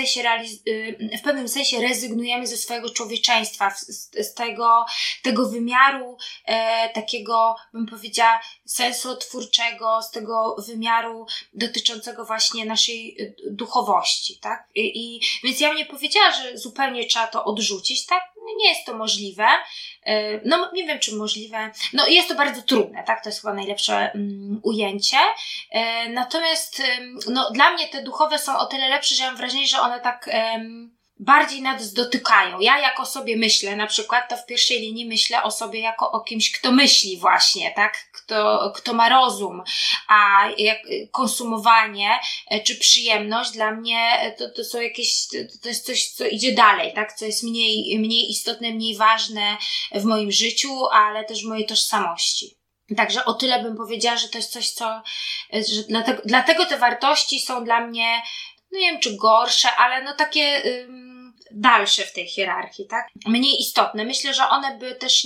S2: pewnym sensie rezygnujemy ze swojego człowieczeństwa, z tego wymiaru takiego, bym powiedziała, sensotwórczego, z tego wymiaru dotyczącego właśnie naszej duchowości, tak? Więc ja bym nie powiedziała, że zupełnie trzeba to odrzucić, tak? Nie jest to możliwe. No nie wiem, czy możliwe. No jest to bardzo trudne, tak? To jest chyba najlepsze ujęcie. Natomiast no, dla mnie te duchowe są o tyle lepsze, że mam wrażenie, że one tak bardziej nas dotykają. Ja jak o sobie myślę, na przykład, to w pierwszej linii myślę o sobie jako o kimś, kto myśli właśnie, tak? Kto ma rozum, a konsumowanie czy przyjemność dla mnie to są to jest coś, co idzie dalej, tak? Co jest mniej istotne, mniej ważne w moim życiu, ale też w mojej tożsamości. Także o tyle bym powiedziała, że to jest coś, że dlatego te wartości są dla mnie, no nie wiem, czy gorsze, ale no takie dalsze w tej hierarchii, tak? Mniej istotne. Myślę, że one by też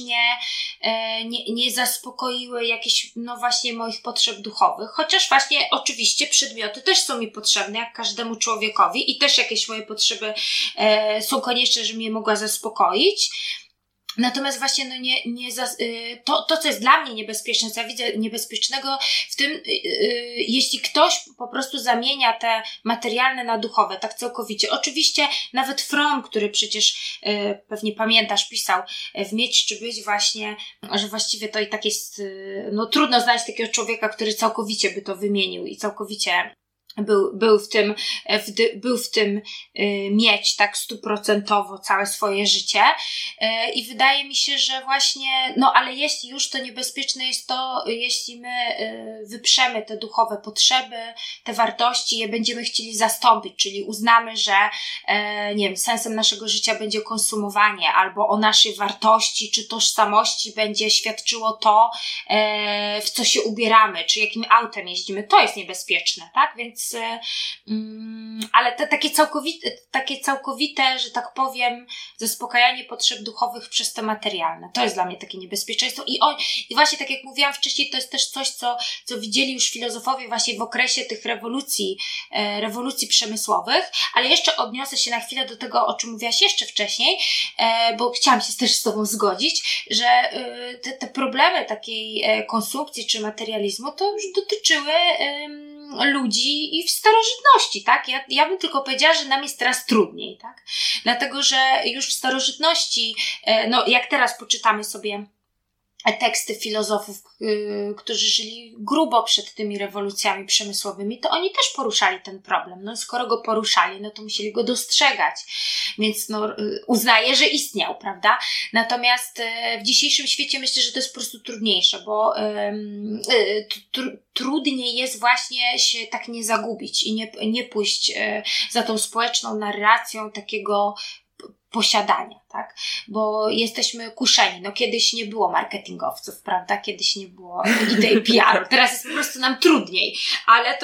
S2: nie zaspokoiły jakichś, no właśnie, moich potrzeb duchowych. Chociaż właśnie oczywiście przedmioty też są mi potrzebne, jak każdemu człowiekowi, i też jakieś moje potrzeby są konieczne, żebym je mogła zaspokoić. Natomiast właśnie to, co jest dla mnie niebezpieczne, co ja widzę niebezpiecznego w tym, jeśli ktoś po prostu zamienia te materialne na duchowe, tak całkowicie. Oczywiście nawet Fromm, który przecież pewnie pamiętasz, pisał w Mieć czy Być właśnie, że właściwie to i tak jest, no trudno znaleźć takiego człowieka, który całkowicie by to wymienił i całkowicie był w tym mieć tak 100% całe swoje życie. I wydaje mi się, że właśnie, no ale jeśli już, to niebezpieczne jest to, jeśli my wyprzemy te duchowe potrzeby, te wartości, je będziemy chcieli zastąpić, czyli uznamy, że nie wiem, sensem naszego życia będzie konsumowanie, albo o naszej wartości czy tożsamości będzie świadczyło to, w co się ubieramy, czy jakim autem jeździmy. To jest niebezpieczne, tak? Więc ale to takie całkowite, że tak powiem, zaspokajanie potrzeb duchowych przez te materialne. To jest dla mnie takie niebezpieczeństwo. I właśnie tak jak mówiłam wcześniej, to jest też coś, co widzieli już filozofowie właśnie w okresie tych rewolucji przemysłowych, ale jeszcze odniosę się na chwilę do tego, o czym mówiłaś jeszcze wcześniej, bo chciałam się też z tobą zgodzić, że te problemy takiej konsumpcji czy materializmu to już dotyczyły ludzi i w starożytności, tak? Ja bym tylko powiedziała, że nam jest teraz trudniej, tak? Dlatego, że już w starożytności, no jak teraz poczytamy sobie teksty filozofów, którzy żyli grubo przed tymi rewolucjami przemysłowymi, to oni też poruszali ten problem. No skoro go poruszali, no to musieli go dostrzegać. Więc uznaję, że istniał, prawda? Natomiast w dzisiejszym świecie myślę, że to jest po prostu trudniejsze, bo trudniej jest właśnie się tak nie zagubić i nie pójść za tą społeczną narracją takiego posiadania, tak? Bo jesteśmy kuszeni. No kiedyś nie było marketingowców, prawda? Kiedyś nie było idei PR-u. Teraz jest po prostu nam trudniej. Ale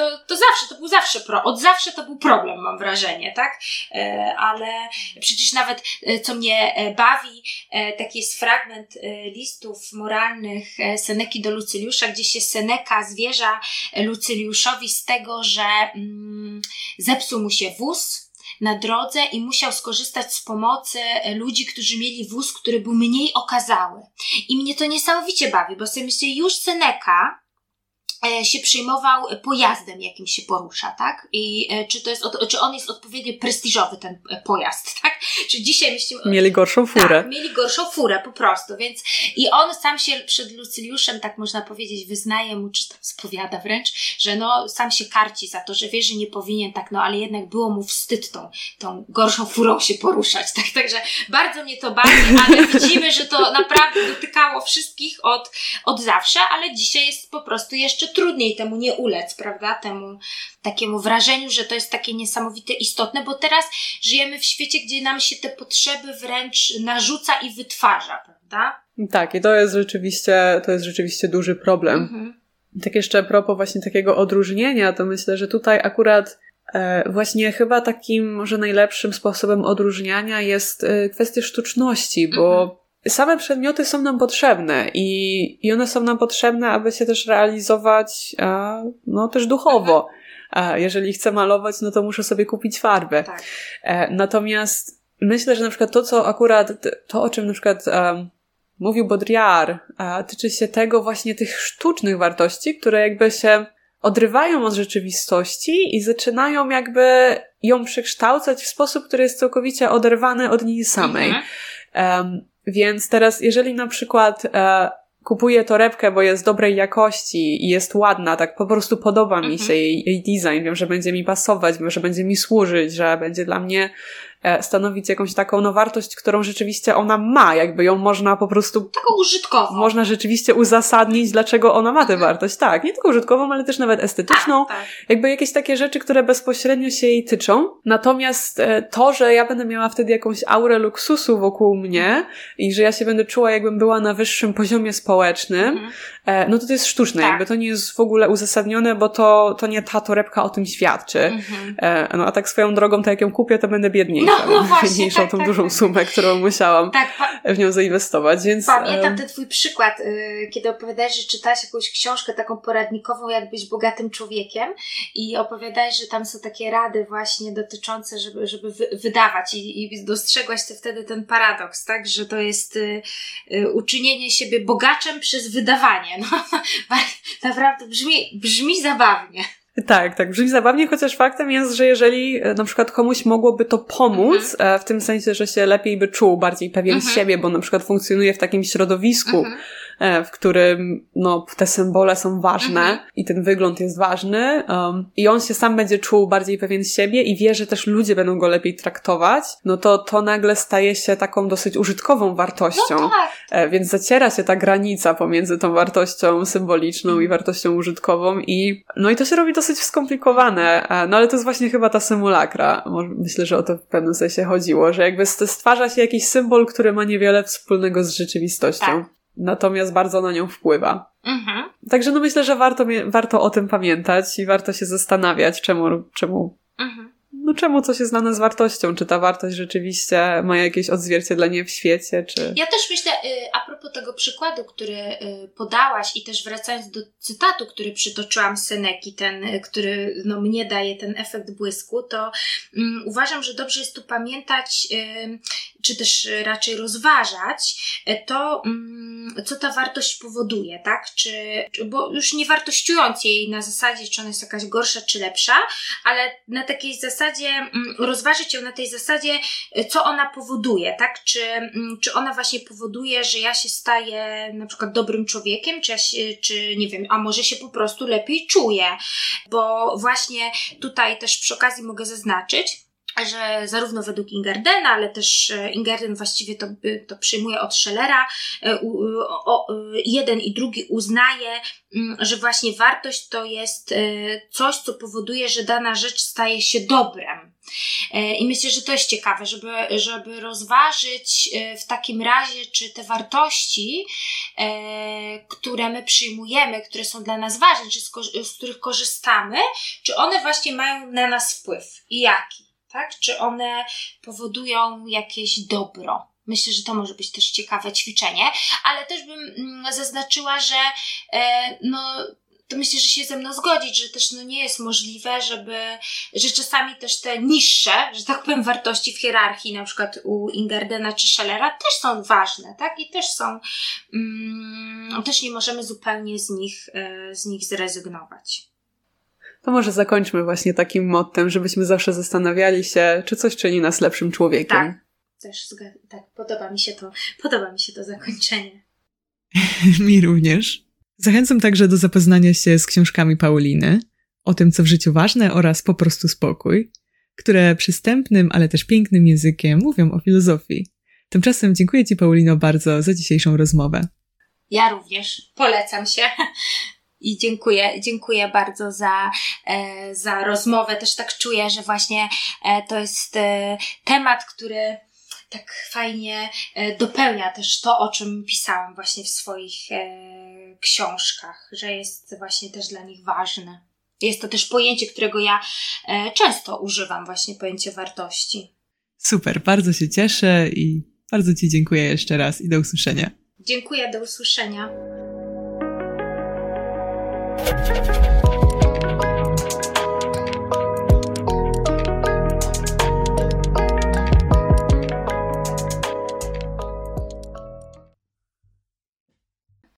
S2: od zawsze to był problem, mam wrażenie, tak? Ale przecież nawet, co mnie bawi, taki jest fragment listów moralnych Seneki do Lucyliusza, gdzie się Seneka zwierza Lucyliuszowi z tego, że zepsuł mu się wóz na drodze i musiał skorzystać z pomocy ludzi, którzy mieli wóz, który był mniej okazały. I mnie to niesamowicie bawi, bo sobie myślę, już Seneka się przyjmował pojazdem, jakim się porusza, tak? I czy on jest odpowiednio prestiżowy, ten pojazd, tak? Czy dzisiaj myślimy...
S3: Mieli gorszą furę.
S2: Tak, mieli gorszą furę, po prostu, więc i on sam się przed Lucyliuszem, tak można powiedzieć, wyznaje mu, czy tam spowiada wręcz, że sam się karci za to, że wie, że nie powinien tak, ale jednak było mu wstyd tą gorszą furą się poruszać, tak? Także bardzo mnie to bawi, ale widzimy, że to naprawdę dotykało wszystkich od zawsze, ale dzisiaj jest po prostu jeszcze trudniej temu nie ulec, prawda? Temu takiemu wrażeniu, że to jest takie niesamowite istotne, bo teraz żyjemy w świecie, gdzie nam się te potrzeby wręcz narzuca i wytwarza, prawda?
S3: Tak, i to jest rzeczywiście duży problem. Mhm. Tak jeszcze a propos właśnie takiego odróżnienia, to myślę, że tutaj akurat właśnie chyba takim może najlepszym sposobem odróżniania jest kwestia sztuczności, bo same przedmioty są nam potrzebne i one są nam potrzebne, aby się też realizować też duchowo. Jeżeli chcę malować, no to muszę sobie kupić farbę. Tak. Natomiast myślę, że na przykład to, o czym na przykład mówił Baudrillard, tyczy się tego właśnie tych sztucznych wartości, które jakby się odrywają od rzeczywistości i zaczynają jakby ją przekształcać w sposób, który jest całkowicie oderwany od niej samej. Więc teraz, jeżeli na przykład kupuję torebkę, bo jest dobrej jakości i jest ładna, tak po prostu podoba mi się jej design, wiem, że będzie mi pasować, że będzie mi służyć, że będzie dla mnie stanowić jakąś taką wartość, którą rzeczywiście ona ma, jakby ją można po prostu...
S2: Taką użytkową.
S3: Można rzeczywiście uzasadnić, dlaczego ona ma tę wartość. Tak, nie tylko użytkową, ale też nawet estetyczną. Tak. Jakby jakieś takie rzeczy, które bezpośrednio się jej tyczą. Natomiast to, że ja będę miała wtedy jakąś aurę luksusu wokół mnie i że ja się będę czuła, jakbym była na wyższym poziomie społecznym, no to jest sztuczne. Tak. Jakby to nie jest w ogóle uzasadnione, bo to nie ta torebka o tym świadczy. A tak swoją drogą, to jak ją kupię, to będę biedniejsza. Biedniejszą tą dużą sumę, którą musiałam w nią zainwestować, więc...
S2: Pamiętam ten twój przykład, kiedy opowiadałeś, że czytałaś jakąś książkę taką poradnikową, jak być bogatym człowiekiem i opowiadałeś, że tam są takie rady właśnie dotyczące, żeby wydawać i dostrzegłaś wtedy ten paradoks, tak, że to jest uczynienie siebie bogaczem przez wydawanie. No, naprawdę brzmi zabawnie.
S3: Tak, brzmi zabawnie, chociaż faktem jest, że jeżeli na przykład komuś mogłoby to pomóc, w tym sensie, że się lepiej by czuł, bardziej pewien siebie, bo na przykład funkcjonuje w takim środowisku, w którym te symbole są ważne i ten wygląd jest ważny i on się sam będzie czuł bardziej pewien siebie i wie, że też ludzie będą go lepiej traktować, no to nagle staje się taką dosyć użytkową wartością. No tak. Więc zaciera się ta granica pomiędzy tą wartością symboliczną i wartością użytkową i to się robi dosyć skomplikowane, ale to jest właśnie chyba ta symulakra. Myślę, że o to w pewnym sensie chodziło, że jakby stwarza się jakiś symbol, który ma niewiele wspólnego z rzeczywistością. Tak. Natomiast bardzo na nią wpływa. Także myślę, że warto o tym pamiętać i warto się zastanawiać, czemu no czemu coś jest dla nas wartością? Czy ta wartość rzeczywiście ma jakieś odzwierciedlenie w świecie, czy...
S2: Ja też myślę, a propos tego przykładu, który podałaś i też wracając do cytatu, który przytoczyłam Seneki, ten, który no, mnie daje ten efekt błysku, to uważam, że dobrze jest tu pamiętać, czy też raczej rozważać to, co ta wartość powoduje, tak? Bo już nie wartościując jej na zasadzie, czy ona jest jakaś gorsza, czy lepsza, ale na takiej zasadzie, rozważyć ją na tej zasadzie, co ona powoduje, tak? Czy ona właśnie powoduje, że ja się staję na przykład dobrym człowiekiem, czy nie wiem, a może się po prostu lepiej czuję, bo właśnie tutaj też przy okazji mogę zaznaczyć, że zarówno według Ingardena, ale też Ingarden właściwie to przyjmuje od Schellera, jeden i drugi uznaje, że właśnie wartość to jest coś, co powoduje, że dana rzecz staje się dobrem. I myślę, że to jest ciekawe, żeby rozważyć w takim razie, czy te wartości, które my przyjmujemy, które są dla nas ważne, czy z których korzystamy, czy one właśnie mają na nas wpływ i jaki. Tak? Czy one powodują jakieś dobro? Myślę, że to może być też ciekawe ćwiczenie, ale też bym zaznaczyła, że to myślę, że się ze mną zgodzić, że też nie jest możliwe, że czasami też te niższe, że tak powiem, wartości w hierarchii, na przykład u Ingardena czy Schellera też są ważne, tak? I też są, też nie możemy zupełnie z nich zrezygnować.
S3: To może zakończmy właśnie takim mottem, żebyśmy zawsze zastanawiali się, czy coś czyni nas lepszym człowiekiem.
S2: Tak, też tak, podoba mi się to zakończenie.
S1: Mi również. Zachęcam także do zapoznania się z książkami Pauliny, o tym, co w życiu ważne oraz Po prostu spokój, które przystępnym, ale też pięknym językiem mówią o filozofii. Tymczasem dziękuję Ci, Paulino, bardzo za dzisiejszą rozmowę.
S2: Ja również polecam się. I dziękuję bardzo za rozmowę. Też tak czuję, że właśnie to jest temat, który tak fajnie dopełnia też to, o czym pisałam właśnie w swoich książkach, że jest właśnie też dla nich ważne. Jest to też pojęcie, którego ja często używam, właśnie pojęcie wartości.
S1: Super, bardzo się cieszę i bardzo Ci dziękuję jeszcze raz i do usłyszenia.
S2: Dziękuję, do usłyszenia.